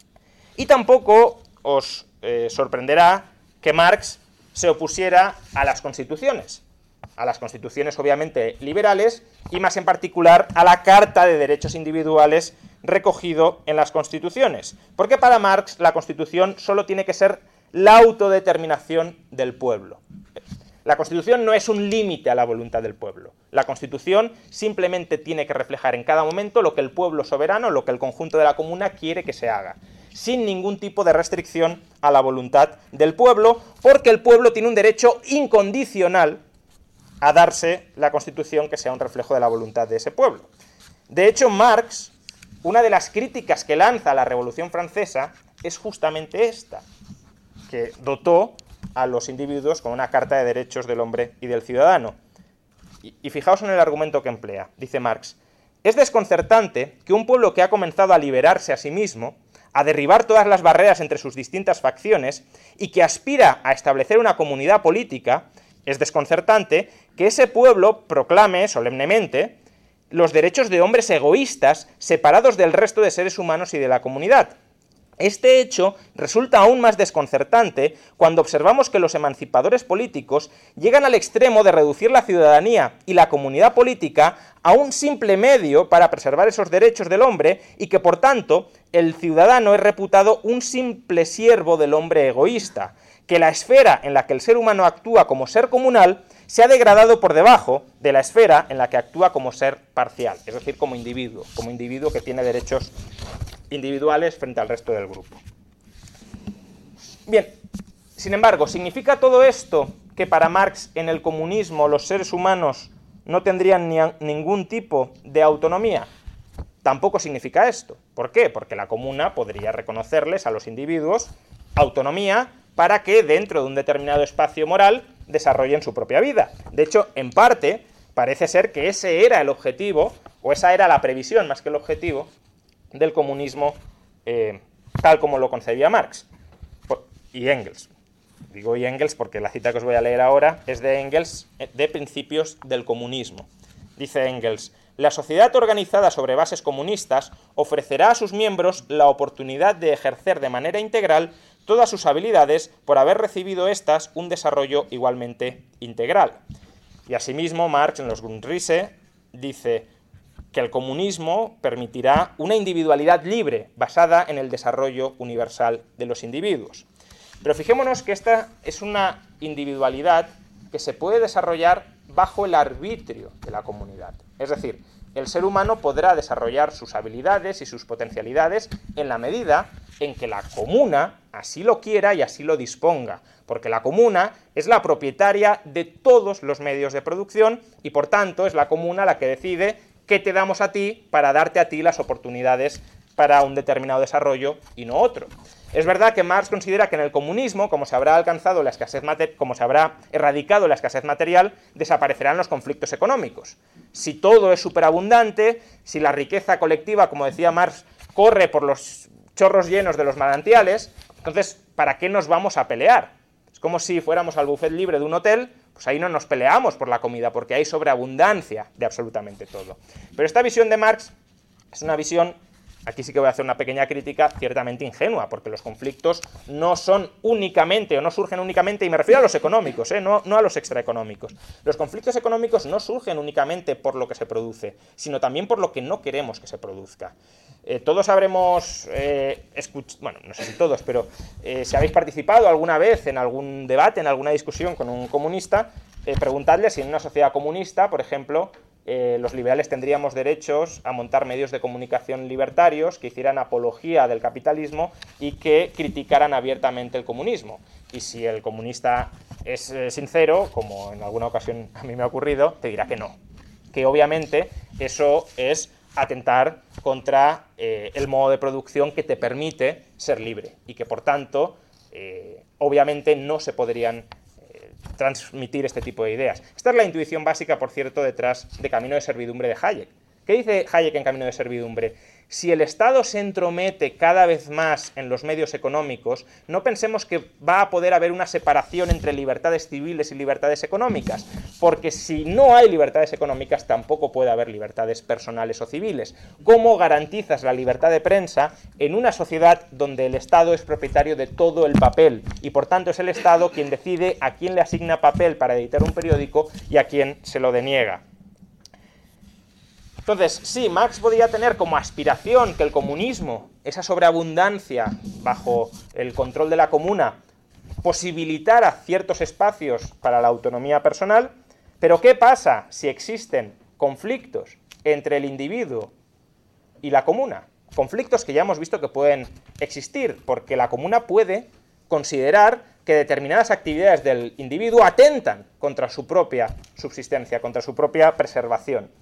Y tampoco os eh, sorprenderá que Marx se opusiera a las constituciones. A las constituciones obviamente liberales y más en particular a la Carta de Derechos Individuales recogido en las constituciones. Porque para Marx la constitución solo tiene que ser la autodeterminación del pueblo. La constitución no es un límite a la voluntad del pueblo. La constitución simplemente tiene que reflejar en cada momento lo que el pueblo soberano, lo que el conjunto de la comuna quiere que se haga, sin ningún tipo de restricción a la voluntad del pueblo, porque el pueblo tiene un derecho incondicional a darse la Constitución que sea un reflejo de la voluntad de ese pueblo. De hecho, Marx, una de las críticas que lanza a la Revolución Francesa es justamente esta, que dotó a los individuos con una Carta de Derechos del Hombre y del Ciudadano. Y, y fijaos en el argumento que emplea. Dice Marx: es desconcertante que un pueblo que ha comenzado a liberarse a sí mismo, a derribar todas las barreras entre sus distintas facciones y que aspira a establecer una comunidad política, es desconcertante que ese pueblo proclame solemnemente los derechos de hombres egoístas separados del resto de seres humanos y de la comunidad. Este hecho resulta aún más desconcertante cuando observamos que los emancipadores políticos llegan al extremo de reducir la ciudadanía y la comunidad política a un simple medio para preservar esos derechos del hombre y que, por tanto, el ciudadano es reputado un simple siervo del hombre egoísta, que la esfera en la que el ser humano actúa como ser comunal se ha degradado por debajo de la esfera en la que actúa como ser parcial, es decir, como individuo, como individuo que tiene derechos individuales frente al resto del grupo. Bien, sin embargo, ¿significa todo esto que para Marx en el comunismo los seres humanos no tendrían ni a, ningún tipo de autonomía? Tampoco significa esto. ¿Por qué? Porque la comuna podría reconocerles a los individuos autonomía para que dentro de un determinado espacio moral desarrollen su propia vida. De hecho, en parte, parece ser que ese era el objetivo, o esa era la previsión más que el objetivo, del comunismo eh, tal como lo concebía Marx y Engels. Digo y Engels porque la cita que os voy a leer ahora es de Engels, de Principios del Comunismo. Dice Engels: la sociedad organizada sobre bases comunistas ofrecerá a sus miembros la oportunidad de ejercer de manera integral todas sus habilidades por haber recibido éstas un desarrollo igualmente integral. Y asimismo Marx en los Grundrisse dice que el comunismo permitirá una individualidad libre basada en el desarrollo universal de los individuos. Pero fijémonos que esta es una individualidad que se puede desarrollar bajo el arbitrio de la comunidad. Es decir, el ser humano podrá desarrollar sus habilidades y sus potencialidades en la medida en que la comuna así lo quiera y así lo disponga, porque la comuna es la propietaria de todos los medios de producción y por tanto es la comuna la que decide qué te damos a ti para darte a ti las oportunidades para un determinado desarrollo y no otro. Es verdad que Marx considera que en el comunismo, como se habrá alcanzado la escasez mater- como se habrá erradicado la escasez material, desaparecerán los conflictos económicos. Si todo es superabundante, si la riqueza colectiva, como decía Marx, corre por los chorros llenos de los manantiales, entonces, ¿para qué nos vamos a pelear? Es como si fuéramos al buffet libre de un hotel, pues ahí no nos peleamos por la comida, porque hay sobreabundancia de absolutamente todo. Pero esta visión de Marx es una visión, aquí sí que voy a hacer una pequeña crítica, ciertamente ingenua, porque los conflictos no son únicamente, o no surgen únicamente, y me refiero a los económicos, ¿eh? no, no a los extraeconómicos. Los conflictos económicos no surgen únicamente por lo que se produce, sino también por lo que no queremos que se produzca. Eh, todos habremos, eh, escuch- bueno, no sé si todos, pero eh, si habéis participado alguna vez en algún debate, en alguna discusión con un comunista, eh, preguntadle si en una sociedad comunista, por ejemplo, eh, los liberales tendríamos derechos a montar medios de comunicación libertarios que hicieran apología del capitalismo y que criticaran abiertamente el comunismo. Y si el comunista es eh, sincero, como en alguna ocasión a mí me ha ocurrido, te dirá que no, que obviamente eso es atentar contra eh, el modo de producción que te permite ser libre y que por tanto eh, obviamente no se podrían eh, transmitir este tipo de ideas. Esta es la intuición básica, por cierto, detrás de Camino de Servidumbre de Hayek. ¿Qué dice Hayek en Camino de Servidumbre? Si el Estado se entromete cada vez más en los medios económicos, no pensemos que va a poder haber una separación entre libertades civiles y libertades económicas, porque si no hay libertades económicas tampoco puede haber libertades personales o civiles. ¿Cómo garantizas la libertad de prensa en una sociedad donde el Estado es propietario de todo el papel y por tanto es el Estado quien decide a quién le asigna papel para editar un periódico y a quién se lo deniega? Entonces, sí, Marx podía tener como aspiración que el comunismo, esa sobreabundancia bajo el control de la comuna, posibilitara ciertos espacios para la autonomía personal, pero ¿qué pasa si existen conflictos entre el individuo y la comuna? Conflictos que ya hemos visto que pueden existir, porque la comuna puede considerar que determinadas actividades del individuo atentan contra su propia subsistencia, contra su propia preservación.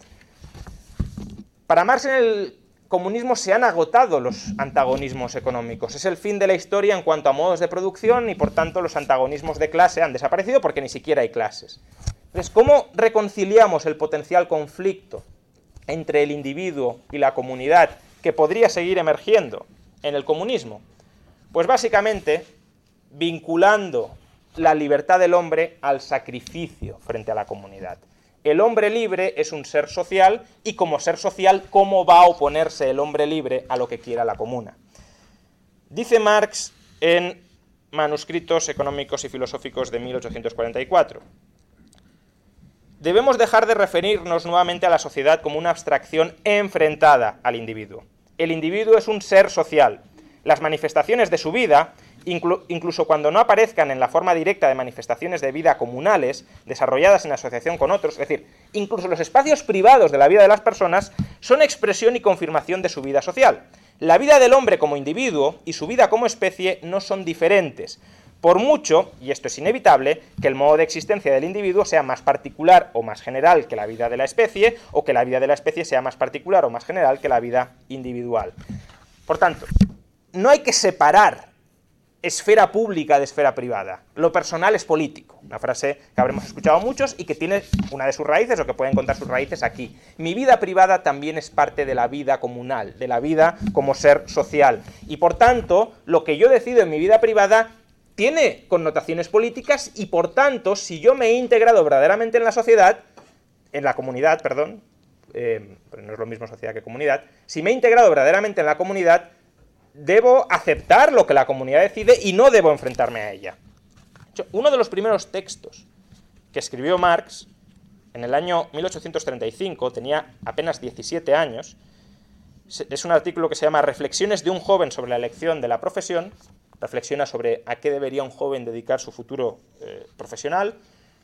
Para Marx en el comunismo se han agotado los antagonismos económicos. Es el fin de la historia en cuanto a modos de producción y por tanto los antagonismos de clase han desaparecido porque ni siquiera hay clases. Entonces, ¿cómo reconciliamos el potencial conflicto entre el individuo y la comunidad que podría seguir emergiendo en el comunismo? Pues básicamente vinculando la libertad del hombre al sacrificio frente a la comunidad. El hombre libre es un ser social y como ser social, ¿cómo va a oponerse el hombre libre a lo que quiera la comuna? Dice Marx en Manuscritos Económicos y Filosóficos de mil ochocientos cuarenta y cuatro. Debemos dejar de referirnos nuevamente a la sociedad como una abstracción enfrentada al individuo. El individuo es un ser social. Las manifestaciones de su vida, inclu- incluso cuando no aparezcan en la forma directa de manifestaciones de vida comunales, desarrolladas en asociación con otros, es decir, incluso los espacios privados de la vida de las personas, son expresión y confirmación de su vida social. La vida del hombre como individuo y su vida como especie no son diferentes, por mucho, y esto es inevitable, que el modo de existencia del individuo sea más particular o más general que la vida de la especie, o que la vida de la especie sea más particular o más general que la vida individual. Por tanto, no hay que separar esfera pública de esfera privada. Lo personal es político, una frase que habremos escuchado muchos y que tiene una de sus raíces, o que puede encontrar sus raíces aquí. Mi vida privada también es parte de la vida comunal, de la vida como ser social. Y por tanto, lo que yo decido en mi vida privada tiene connotaciones políticas y por tanto, si yo me he integrado verdaderamente en la sociedad, en la comunidad, perdón, eh, pero no es lo mismo sociedad que comunidad, si me he integrado verdaderamente en la comunidad, debo aceptar lo que la comunidad decide y no debo enfrentarme a ella. Uno de los primeros textos que escribió Marx en el año mil ochocientos treinta y cinco, tenía apenas diecisiete años, es un artículo que se llama Reflexiones de un joven sobre la elección de la profesión, reflexiona sobre a qué debería un joven dedicar su futuro eh, profesional,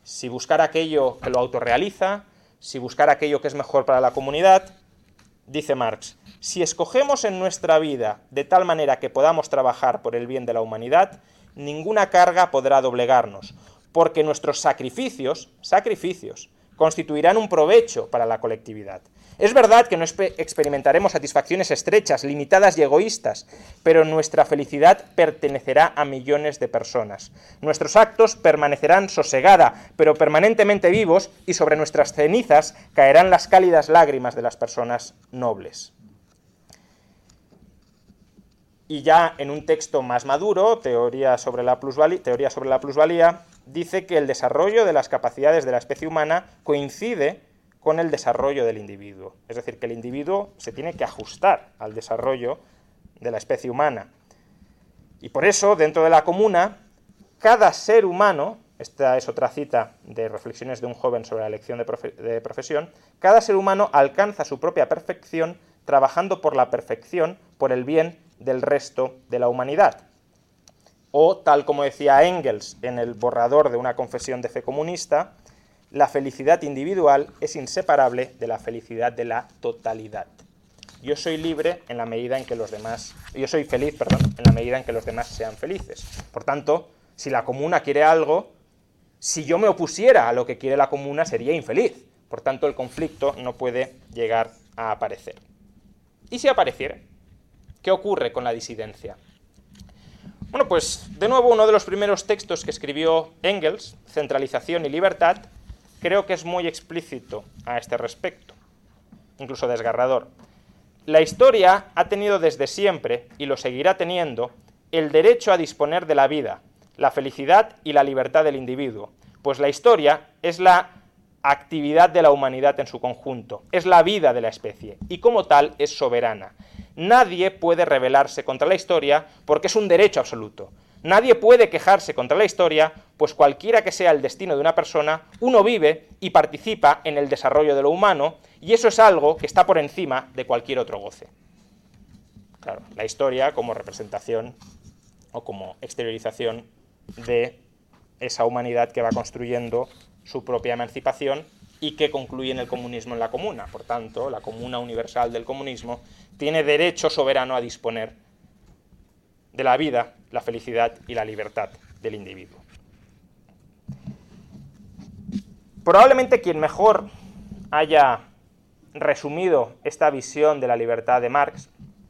si buscar aquello que lo autorrealiza, si buscar aquello que es mejor para la comunidad. Dice Marx, si escogemos en nuestra vida de tal manera que podamos trabajar por el bien de la humanidad, ninguna carga podrá doblegarnos, porque nuestros sacrificios, sacrificios, constituirán un provecho para la colectividad. Es verdad que no experimentaremos satisfacciones estrechas, limitadas y egoístas, pero nuestra felicidad pertenecerá a millones de personas. Nuestros actos permanecerán sosegada, pero permanentemente vivos, y sobre nuestras cenizas caerán las cálidas lágrimas de las personas nobles. Y ya en un texto más maduro, Teoría sobre la plusvalía, Teoría sobre la plusvalía, dice que el desarrollo de las capacidades de la especie humana coincide con el desarrollo del individuo. Es decir, que el individuo se tiene que ajustar al desarrollo de la especie humana. Y por eso, dentro de la comuna, cada ser humano, esta es otra cita de Reflexiones de un joven sobre la elección de, profe de profesión, cada ser humano alcanza su propia perfección trabajando por la perfección, por el bien del resto de la humanidad. O, tal como decía Engels en el borrador de una confesión de fe comunista, la felicidad individual es inseparable de la felicidad de la totalidad. Yo soy libre en la medida en que los demás, yo soy feliz, perdón, en la medida en que los demás sean felices. Por tanto, si la comuna quiere algo, si yo me opusiera a lo que quiere la comuna, sería infeliz. Por tanto, el conflicto no puede llegar a aparecer. ¿Y si apareciera? ¿Qué ocurre con la disidencia? Bueno, pues, de nuevo, uno de los primeros textos que escribió Engels, Centralización y Libertad, creo que es muy explícito a este respecto, incluso desgarrador. La historia ha tenido desde siempre, y lo seguirá teniendo, el derecho a disponer de la vida, la felicidad y la libertad del individuo, pues la historia es la actividad de la humanidad en su conjunto, es la vida de la especie, y como tal es soberana. Nadie puede rebelarse contra la historia porque es un derecho absoluto. Nadie puede quejarse contra la historia, pues cualquiera que sea el destino de una persona, uno vive y participa en el desarrollo de lo humano, y eso es algo que está por encima de cualquier otro goce. Claro, la historia como representación o como exteriorización de esa humanidad que va construyendo su propia emancipación y que concluye en el comunismo en la comuna. Por tanto, la comuna universal del comunismo tiene derecho soberano a disponer de la vida, la felicidad y la libertad del individuo. Probablemente quien mejor haya resumido esta visión de la libertad de Marx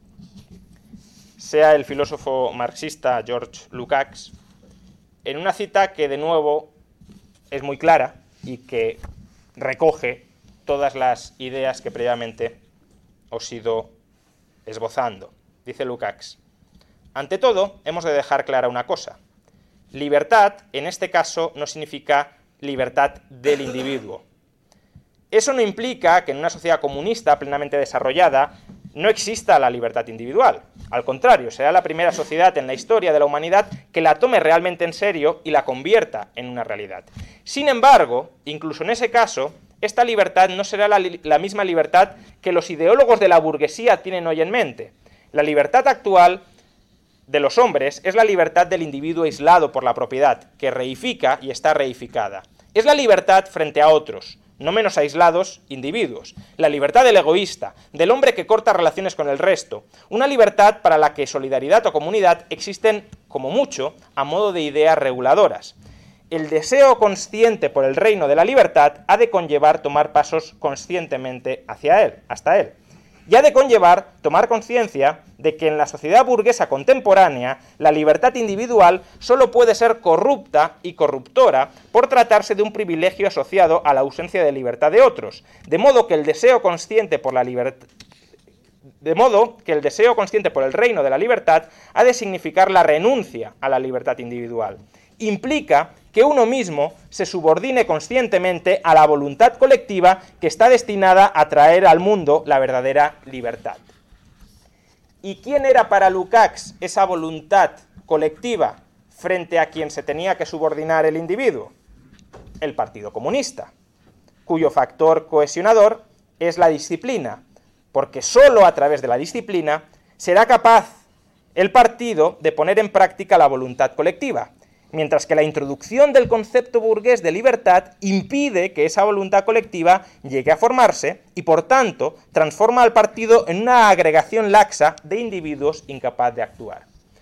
sea el filósofo marxista George Lukács, en una cita que de nuevo es muy clara y que recoge todas las ideas que previamente os he ido esbozando. Dice Lukács: ante todo, hemos de dejar clara una cosa. Libertad, en este caso, no significa libertad del individuo. Eso no implica que en una sociedad comunista plenamente desarrollada no exista la libertad individual. Al contrario, será la primera sociedad en la historia de la humanidad que la tome realmente en serio y la convierta en una realidad. Sin embargo, incluso en ese caso, esta libertad no será la, la misma libertad que los ideólogos de la burguesía tienen hoy en mente. La libertad actual de los hombres es la libertad del individuo aislado por la propiedad, que reifica y está reificada. Es la libertad frente a otros, no menos aislados, individuos. La libertad del egoísta, del hombre que corta relaciones con el resto. Una libertad para la que solidaridad o comunidad existen, como mucho, a modo de ideas reguladoras. El deseo consciente por el reino de la libertad ha de conllevar tomar pasos conscientemente hacia él, hasta él. Y ha de conllevar tomar conciencia de que en la sociedad burguesa contemporánea la libertad individual solo puede ser corrupta y corruptora por tratarse de un privilegio asociado a la ausencia de libertad de otros, de modo que el deseo consciente por la libertad de modo que el deseo consciente por el reino de la libertad ha de significar la renuncia a la libertad individual. Implica que uno mismo se subordine conscientemente a la voluntad colectiva que está destinada a traer al mundo la verdadera libertad. ¿Y quién era para Lukács esa voluntad colectiva frente a quien se tenía que subordinar el individuo? El Partido Comunista, cuyo factor cohesionador es la disciplina, porque sólo a través de la disciplina será capaz el partido de poner en práctica la voluntad colectiva. mientras que la introducción del concepto burgués de libertad impide que esa voluntad colectiva llegue a formarse y, por tanto, transforma al partido en una agregación laxa de individuos incapaz de actuar.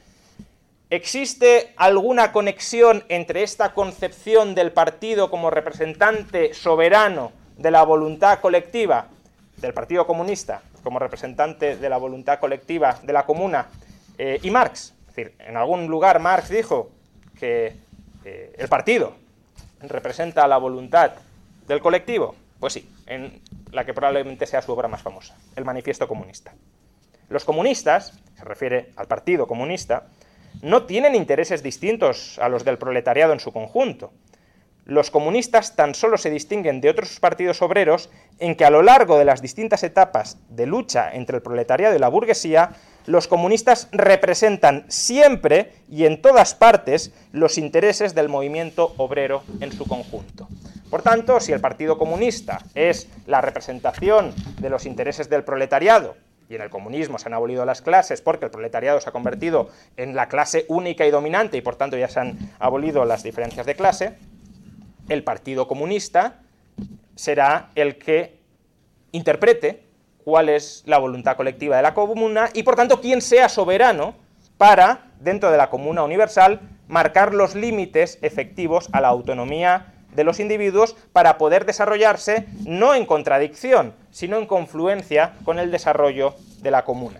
¿Existe alguna conexión entre esta concepción del partido como representante soberano de la voluntad colectiva, del Partido Comunista, como representante de la voluntad colectiva de la comuna, eh, y Marx? Es decir, en algún lugar Marx dijo que eh, el partido representa la voluntad del colectivo. Pues sí, en la que probablemente sea su obra más famosa, el Manifiesto Comunista. Los comunistas, se refiere al Partido Comunista, no tienen intereses distintos a los del proletariado en su conjunto. Los comunistas tan solo se distinguen de otros partidos obreros en que a lo largo de las distintas etapas de lucha entre el proletariado y la burguesía, los comunistas representan siempre y en todas partes los intereses del movimiento obrero en su conjunto. Por tanto, si el Partido Comunista es la representación de los intereses del proletariado, y en el comunismo se han abolido las clases porque el proletariado se ha convertido en la clase única y dominante y por tanto ya se han abolido las diferencias de clase, el Partido Comunista será el que interprete cuál es la voluntad colectiva de la comuna y, por tanto, quién sea soberano para, dentro de la comuna universal, marcar los límites efectivos a la autonomía de los individuos para poder desarrollarse no en contradicción, sino en confluencia con el desarrollo de la comuna.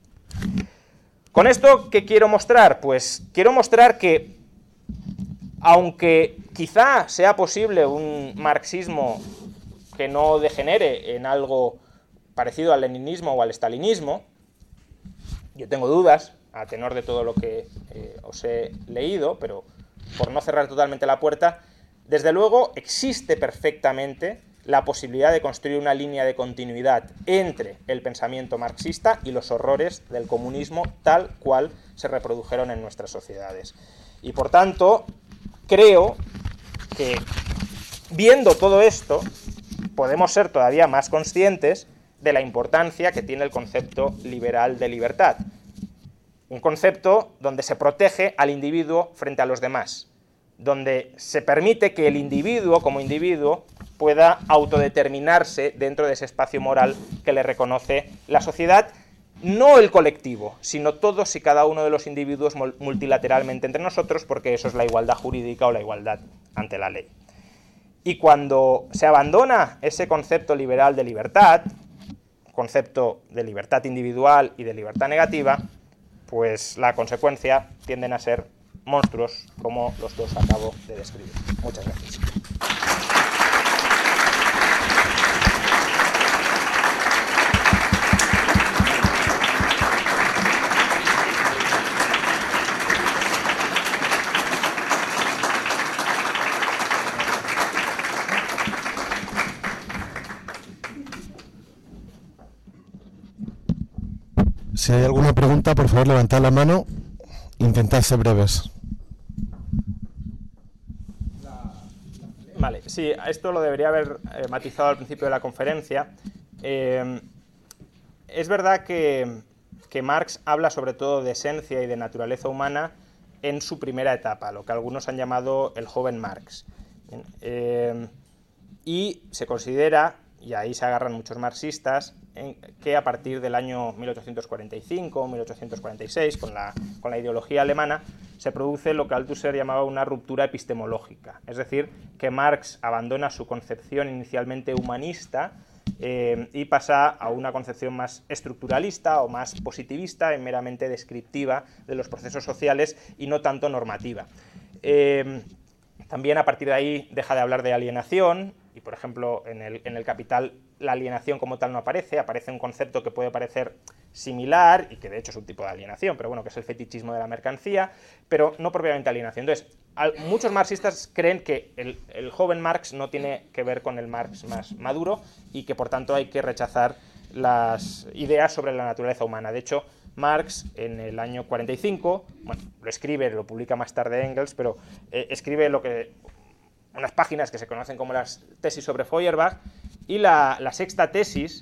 ¿Con esto qué quiero mostrar? Pues quiero mostrar que, aunque quizá sea posible un marxismo que no degenere en algo parecido al leninismo o al estalinismo, yo tengo dudas, a tenor de todo lo que eh, os he leído, pero por no cerrar totalmente la puerta, desde luego existe perfectamente la posibilidad de construir una línea de continuidad entre el pensamiento marxista y los horrores del comunismo tal cual se reprodujeron en nuestras sociedades. Y por tanto, creo que viendo todo esto, podemos ser todavía más conscientes de la importancia que tiene el concepto liberal de libertad. Un concepto donde se protege al individuo frente a los demás, donde se permite que el individuo, como individuo, pueda autodeterminarse dentro de ese espacio moral que le reconoce la sociedad, no el colectivo, sino todos y cada uno de los individuos multilateralmente entre nosotros, porque eso es la igualdad jurídica o la igualdad ante la ley. Y cuando se abandona ese concepto liberal de libertad, concepto de libertad individual y de libertad negativa, pues la consecuencia tienden a ser monstruos como los dos acabo de describir. Muchas gracias. Si hay alguna pregunta, por favor, levantad la mano. Intentad ser breves. Vale, sí, esto lo debería haber eh, matizado al principio de la conferencia. Eh, es verdad que, que Marx habla sobre todo de esencia y de naturaleza humana en su primera etapa, lo que algunos han llamado el joven Marx. Bien, eh, y se considera, y ahí se agarran muchos marxistas, en que a partir del año mil ochocientos cuarenta y cinco o mil ochocientos cuarenta y seis, con la, con la ideología alemana, se produce lo que Althusser llamaba una ruptura epistemológica. Es decir, que Marx abandona su concepción inicialmente humanista eh, y pasa a una concepción más estructuralista o más positivista y meramente descriptiva de los procesos sociales y no tanto normativa. Eh, también a partir de ahí deja de hablar de alienación y, por ejemplo, en el, en el Capital la alienación como tal no aparece, aparece un concepto que puede parecer similar y que de hecho es un tipo de alienación, pero bueno, que es el fetichismo de la mercancía, pero no propiamente alienación. Entonces, al, muchos marxistas creen que el, el joven Marx no tiene que ver con el Marx más maduro y que por tanto hay que rechazar las ideas sobre la naturaleza humana. De hecho, Marx en el año cuarenta y cinco, bueno, lo escribe, lo publica más tarde Engels, pero eh, escribe lo que unas páginas que se conocen como las tesis sobre Feuerbach, y la, la sexta tesis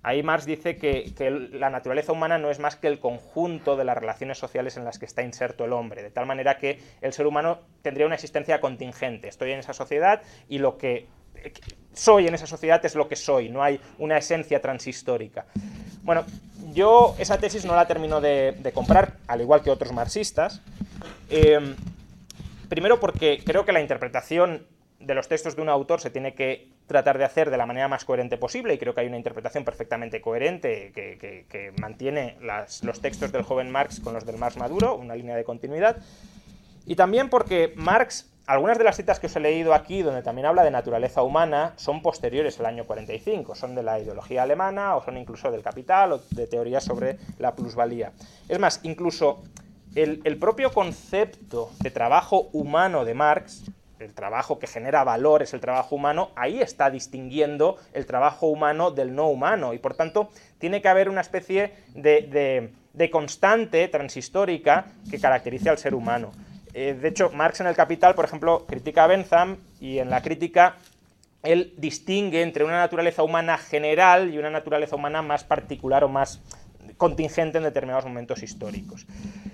ahí Marx dice que, que la naturaleza humana no es más que el conjunto de las relaciones sociales en las que está inserto el hombre, de tal manera que el ser humano tendría una existencia contingente. Estoy en esa sociedad y lo que soy en esa sociedad es lo que soy, no hay una esencia transhistórica. Bueno, yo esa tesis no la termino de, de comprar, al igual que otros marxistas, eh, primero porque creo que la interpretación de los textos de un autor se tiene que tratar de hacer de la manera más coherente posible, y creo que hay una interpretación perfectamente coherente que, que, que mantiene las, los textos del joven Marx con los del Marx maduro, una línea de continuidad, y también porque Marx, algunas de las citas que os he leído aquí, donde también habla de naturaleza humana, son posteriores al año cuarenta y cinco, son de la ideología alemana o son incluso del Capital o de teorías sobre la plusvalía. Es más, incluso el, el propio concepto de trabajo humano de Marx, el trabajo que genera valor es el trabajo humano, ahí está distinguiendo el trabajo humano del no humano, y por tanto tiene que haber una especie de, de, de constante transhistórica que caracterice al ser humano. Eh, de hecho, Marx en el Capital, por ejemplo, critica a Bentham, y en la crítica él distingue entre una naturaleza humana general y una naturaleza humana más particular o más contingente en determinados momentos históricos.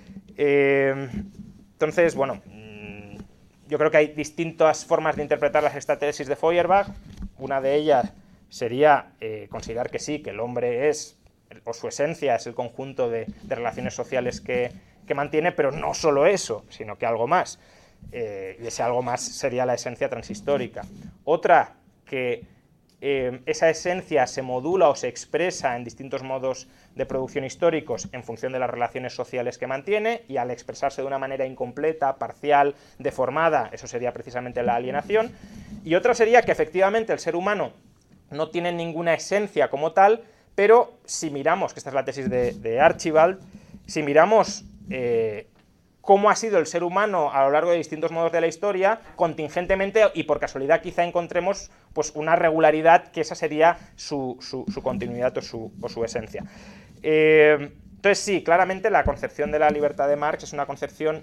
Eh, entonces, bueno, yo creo que hay distintas formas de interpretar esta tesis de Feuerbach. Una de ellas sería eh, considerar que sí, que el hombre es, o su esencia es el conjunto de, de relaciones sociales que, que mantiene, pero no solo eso, sino que algo más. Eh, y ese algo más sería la esencia transhistórica. Otra, que eh, esa esencia se modula o se expresa en distintos modos de producción históricos en función de las relaciones sociales que mantiene, y al expresarse de una manera incompleta, parcial, deformada, eso sería precisamente la alienación. Y otra sería que efectivamente el ser humano no tiene ninguna esencia como tal, pero si miramos, que esta es la tesis de, de Archibald, si miramos eh, cómo ha sido el ser humano a lo largo de distintos modos de la historia, contingentemente y por casualidad quizá encontremos pues, una regularidad que esa sería su, su, su continuidad o su, o su esencia. Eh, entonces sí, claramente la concepción de la libertad de Marx es una concepción,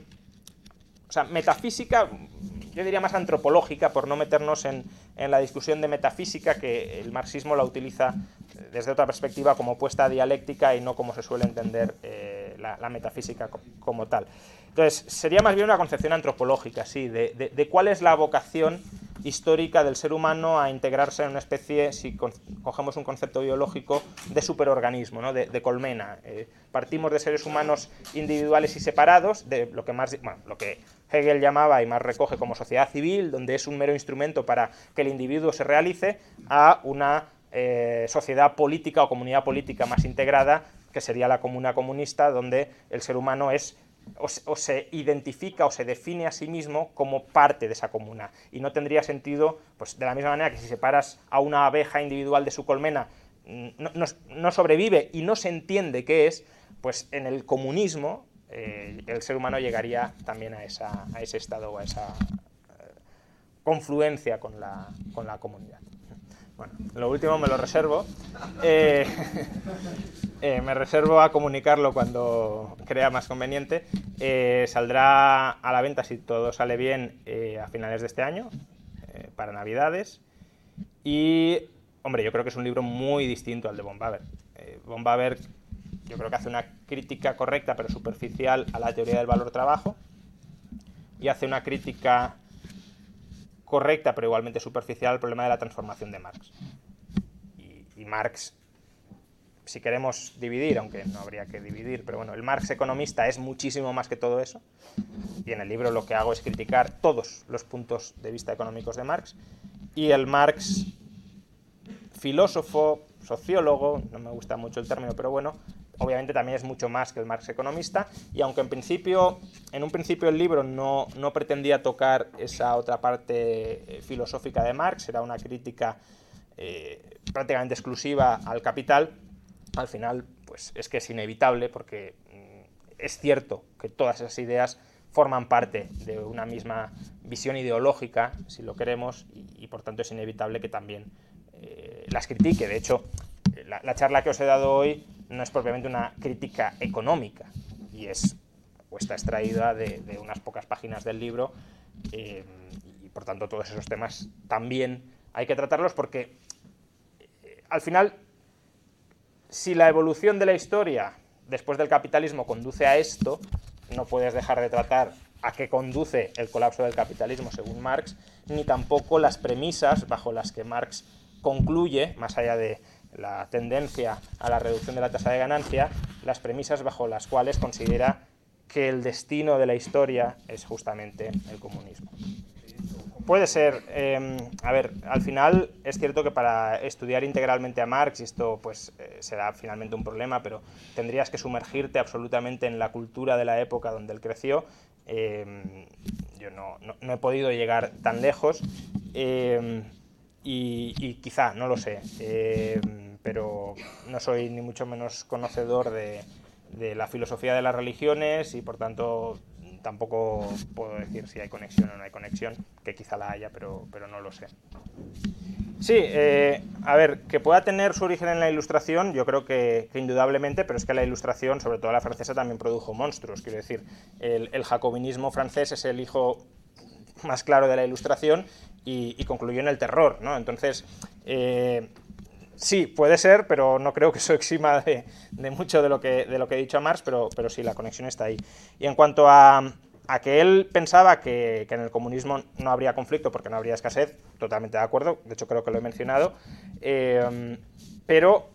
o sea, metafísica, yo diría más antropológica, por no meternos en, en la discusión de metafísica, que el marxismo la utiliza desde otra perspectiva como opuesta a dialéctica y no como se suele entender eh, la, la metafísica co como tal. Entonces, sería más bien una concepción antropológica, sí, de, de, de cuál es la vocación histórica del ser humano a integrarse en una especie, si co cogemos un concepto biológico, de superorganismo, ¿no? de, de colmena. Eh, partimos de seres humanos individuales y separados, de lo que, más, bueno, lo que Hegel llamaba y más recoge como sociedad civil, donde es un mero instrumento para que el individuo se realice, a una eh, sociedad política o comunidad política más integrada, que sería la comuna comunista, donde el ser humano es O se, o se identifica o se define a sí mismo como parte de esa comuna, y no tendría sentido, pues de la misma manera que si separas a una abeja individual de su colmena no, no, no sobrevive y no se entiende qué es, pues en el comunismo eh, el ser humano llegaría también a, esa, a ese estado o a esa eh, confluencia con la, con la comunidad. Bueno, lo último me lo reservo. Eh, eh, me reservo a comunicarlo cuando crea más conveniente. Eh, saldrá a la venta, si todo sale bien, eh, a finales de este año, eh, para Navidades. Y, hombre, yo creo que es un libro muy distinto al de von Baber. Eh, von Baber, yo creo que hace una crítica correcta pero superficial a la teoría del valor-trabajo, y hace una crítica correcta pero igualmente superficial al problema de la transformación de Marx. Y, y Marx, si queremos dividir, aunque no habría que dividir, pero bueno, el Marx economista es muchísimo más que todo eso, y en el libro lo que hago es criticar todos los puntos de vista económicos de Marx, y el Marx filósofo, sociólogo, no me gusta mucho el término, pero bueno, obviamente también es mucho más que el Marx economista, y aunque en principio, en un principio el libro no, no pretendía tocar esa otra parte eh, filosófica de Marx, era una crítica eh, prácticamente exclusiva al Capital, al final pues es que es inevitable, porque mm, es cierto que todas esas ideas forman parte de una misma visión ideológica, si lo queremos, y, y por tanto es inevitable que también eh, las critique. De hecho, la, la charla que os he dado hoy no es propiamente una crítica económica, y es o está extraída de, de unas pocas páginas del libro, eh, y por tanto todos esos temas también hay que tratarlos, porque eh, al final si la evolución de la historia después del capitalismo conduce a esto, no puedes dejar de tratar a qué conduce el colapso del capitalismo según Marx, ni tampoco las premisas bajo las que Marx concluye, más allá de la tendencia a la reducción de la tasa de ganancia, las premisas bajo las cuales considera que el destino de la historia es justamente el comunismo. Puede ser, eh, a ver, al final es cierto que para estudiar integralmente a Marx, y esto pues eh, será finalmente un problema, pero tendrías que sumergirte absolutamente en la cultura de la época donde él creció. Eh, yo no, no, no he podido llegar tan lejos eh, y, y quizá, no lo sé, eh, pero no soy ni mucho menos conocedor de, de la filosofía de las religiones y por tanto tampoco puedo decir si hay conexión o no hay conexión, que quizá la haya, pero, pero no lo sé. Sí, eh, a ver, que pueda tener su origen en la Ilustración, yo creo que, que indudablemente, pero es que la Ilustración, sobre todo la francesa, también produjo monstruos. Quiero decir, el, el jacobinismo francés es el hijo más claro de la Ilustración y, y concluyó en el terror, ¿no? Entonces, eh, sí, puede ser, pero no creo que eso exima de, de mucho de lo, que, de lo que he dicho a Marx, pero, pero sí, la conexión está ahí. Y en cuanto a, a que él pensaba que, que en el comunismo no habría conflicto porque no habría escasez, totalmente de acuerdo, de hecho creo que lo he mencionado, eh, pero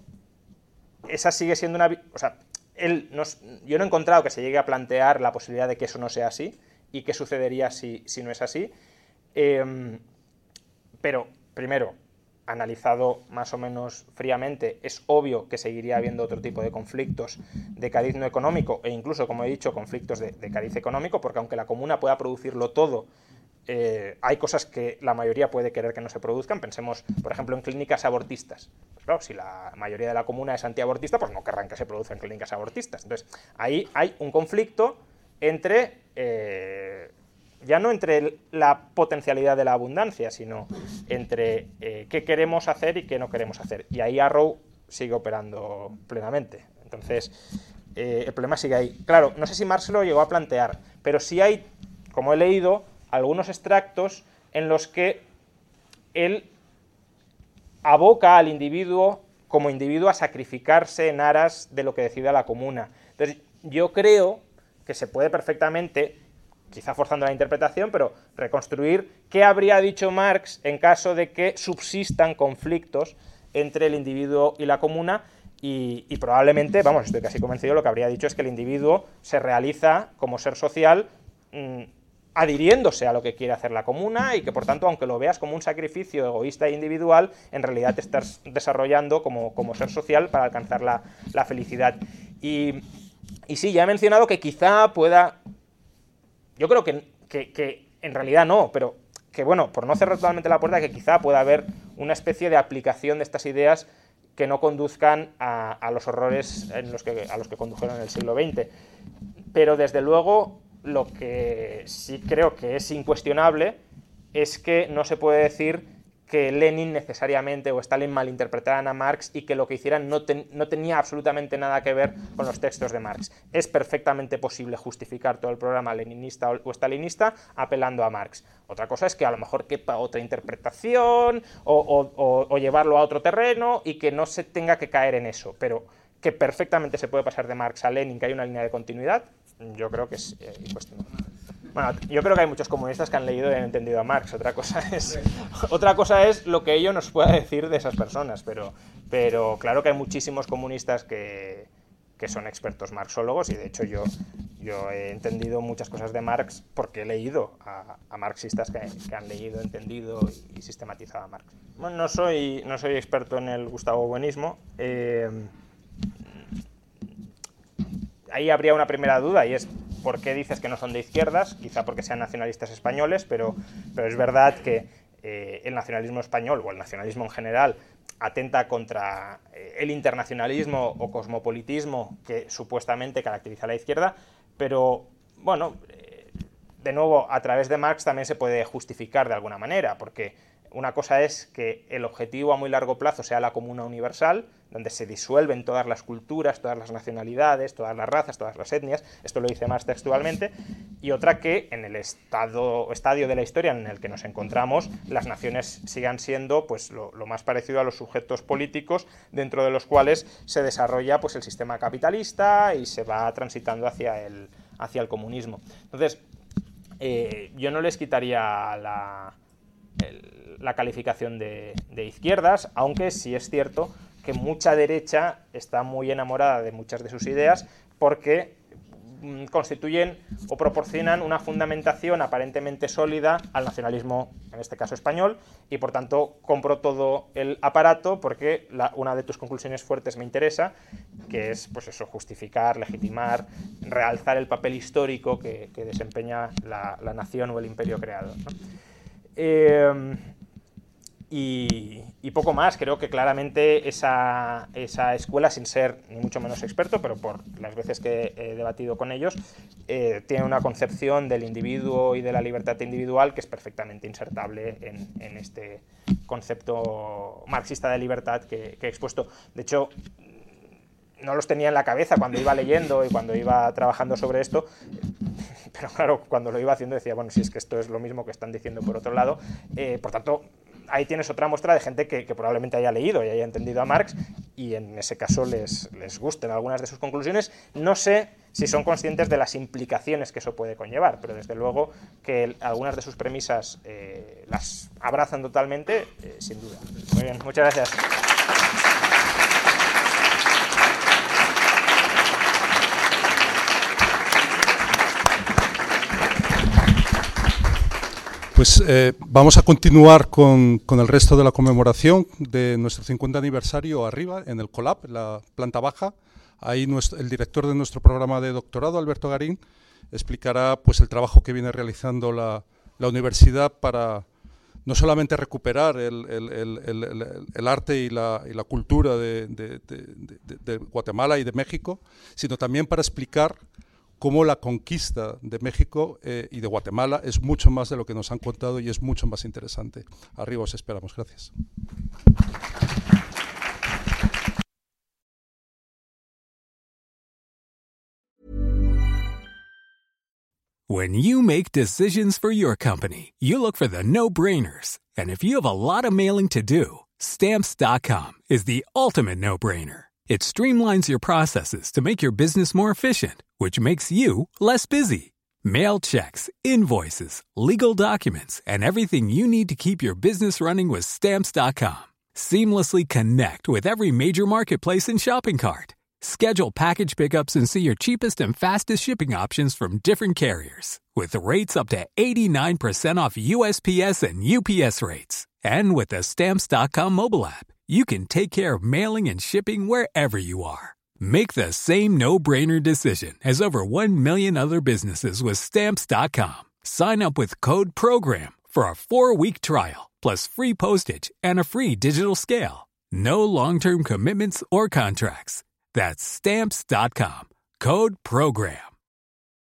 esa sigue siendo una... O sea, él nos, yo no he encontrado que se llegue a plantear la posibilidad de que eso no sea así y qué sucedería si, si no es así, eh, pero, primero, analizado más o menos fríamente, es obvio que seguiría habiendo otro tipo de conflictos de cariz no económico e incluso, como he dicho, conflictos de, de cariz económico, porque aunque la comuna pueda producirlo todo, eh, hay cosas que la mayoría puede querer que no se produzcan. Pensemos, por ejemplo, en clínicas abortistas. Pues claro, si la mayoría de la comuna es antiabortista, pues no querrán que se produzcan clínicas abortistas. Entonces, ahí hay un conflicto entre... Eh, ya no entre la potencialidad de la abundancia, sino entre eh, qué queremos hacer y qué no queremos hacer. Y ahí Arrow sigue operando plenamente. Entonces, eh, el problema sigue ahí. Claro, no sé si Marx lo llegó a plantear, pero sí hay, como he leído, algunos extractos en los que él aboca al individuo como individuo a sacrificarse en aras de lo que decida la comuna. Entonces, yo creo que se puede perfectamente, quizá forzando la interpretación, pero reconstruir qué habría dicho Marx en caso de que subsistan conflictos entre el individuo y la comuna, y, y probablemente, vamos, estoy casi convencido, lo que habría dicho es que el individuo se realiza como ser social mmm, adhiriéndose a lo que quiere hacer la comuna y que, por tanto, aunque lo veas como un sacrificio egoísta e individual, en realidad te estás desarrollando como, como ser social para alcanzar la, la felicidad. Y, y sí, ya he mencionado que quizá pueda... Yo creo que, que, que en realidad no, pero que bueno, por no cerrar totalmente la puerta, que quizá pueda haber una especie de aplicación de estas ideas que no conduzcan a, a los horrores en los que, a los que condujeron en el siglo veinte. Pero desde luego lo que sí creo que es incuestionable es que no se puede decir que Lenin necesariamente o Stalin malinterpretaran a Marx y que lo que hicieran no, ten, no tenía absolutamente nada que ver con los textos de Marx. Es perfectamente posible justificar todo el programa leninista o, o stalinista apelando a Marx. Otra cosa es que a lo mejor quepa otra interpretación o, o, o, o llevarlo a otro terreno y que no se tenga que caer en eso, pero que perfectamente se puede pasar de Marx a Lenin, que hay una línea de continuidad, yo creo que es eh, incuestionable. Bueno, yo creo que hay muchos comunistas que han leído y han entendido a Marx. Otra cosa es, otra cosa es lo que ello nos pueda decir de esas personas, pero, pero claro que hay muchísimos comunistas que, que son expertos marxólogos y de hecho yo, yo he entendido muchas cosas de Marx porque he leído a, a marxistas que, que han leído, entendido y, y sistematizado a Marx. Bueno, no soy, no soy experto en el gustav-buenismo. Eh, ahí habría una primera duda y es: ¿por qué dices que no son de izquierdas? Quizá porque sean nacionalistas españoles, pero, pero es verdad que eh, el nacionalismo español, o el nacionalismo en general, atenta contra eh, el internacionalismo o cosmopolitismo que supuestamente caracteriza a la izquierda, pero, bueno, eh, de nuevo, a través de Marx también se puede justificar de alguna manera, porque Una cosa es que el objetivo a muy largo plazo sea la comuna universal, donde se disuelven todas las culturas, todas las nacionalidades, todas las razas, todas las etnias, esto lo dice Marx textualmente, y otra que en el estado, estadio de la historia en el que nos encontramos, las naciones sigan siendo pues, lo, lo más parecido a los sujetos políticos dentro de los cuales se desarrolla pues, el sistema capitalista y se va transitando hacia el, hacia el comunismo. Entonces, eh, yo no les quitaría la... El, la calificación de, de izquierdas, aunque sí es cierto que mucha derecha está muy enamorada de muchas de sus ideas porque mm, constituyen o proporcionan una fundamentación aparentemente sólida al nacionalismo, en este caso español, y por tanto compro todo el aparato porque la, una de tus conclusiones fuertes me interesa, que es pues eso, justificar, legitimar, realzar el papel histórico que, que desempeña la, la nación o el imperio creador, ¿no? Eh, Y, y poco más, creo que claramente esa, esa escuela, sin ser ni mucho menos experto, pero por las veces que he debatido con ellos, eh, tiene una concepción del individuo y de la libertad individual que es perfectamente insertable en, en este concepto marxista de libertad que, que he expuesto. De hecho, no los tenía en la cabeza cuando iba leyendo y cuando iba trabajando sobre esto, pero claro, cuando lo iba haciendo decía, bueno, si es que esto es lo mismo que están diciendo por otro lado, eh, por tanto... Ahí tienes otra muestra de gente que, que probablemente haya leído y haya entendido a Marx y en ese caso les, les gusten algunas de sus conclusiones. No sé si son conscientes de las implicaciones que eso puede conllevar, pero desde luego que el, algunas de sus premisas eh, las abrazan totalmente, eh, sin duda. Muy bien, muchas gracias. Pues eh, vamos a continuar con, con el resto de la conmemoración de nuestro cincuenta aniversario arriba, en el Colab, en la planta baja. Ahí nuestro, el director de nuestro programa de doctorado, Alberto Garín, explicará pues, el trabajo que viene realizando la, la universidad para no solamente recuperar el, el, el, el, el arte y la, y la cultura de, de, de, de, de Guatemala y de México, sino también para explicar cómo la conquista de México eh, y de Guatemala es mucho más de lo que nos han contado y es mucho más interesante. Arriba os esperamos. Gracias. When you make decisions for your company, you look for the no-brainers. And if you have a lot of mailing to do, Stamps dot com is the ultimate no-brainer. It streamlines your processes to make your business more efficient, which makes you less busy. Mail checks, invoices, legal documents, and everything you need to keep your business running with Stamps dot com. Seamlessly connect with every major marketplace and shopping cart. Schedule package pickups and see your cheapest and fastest shipping options from different carriers. With rates up to eighty-nine percent off U S P S and U P S rates. And with the Stamps dot com mobile app, you can take care of mailing and shipping wherever you are. Make the same no-brainer decision as over one million other businesses with Stamps dot com. Sign up with code PROGRAM for a four-week trial, plus free postage and a free digital scale. No long-term commitments or contracts. That's Stamps dot com. Code PROGRAM.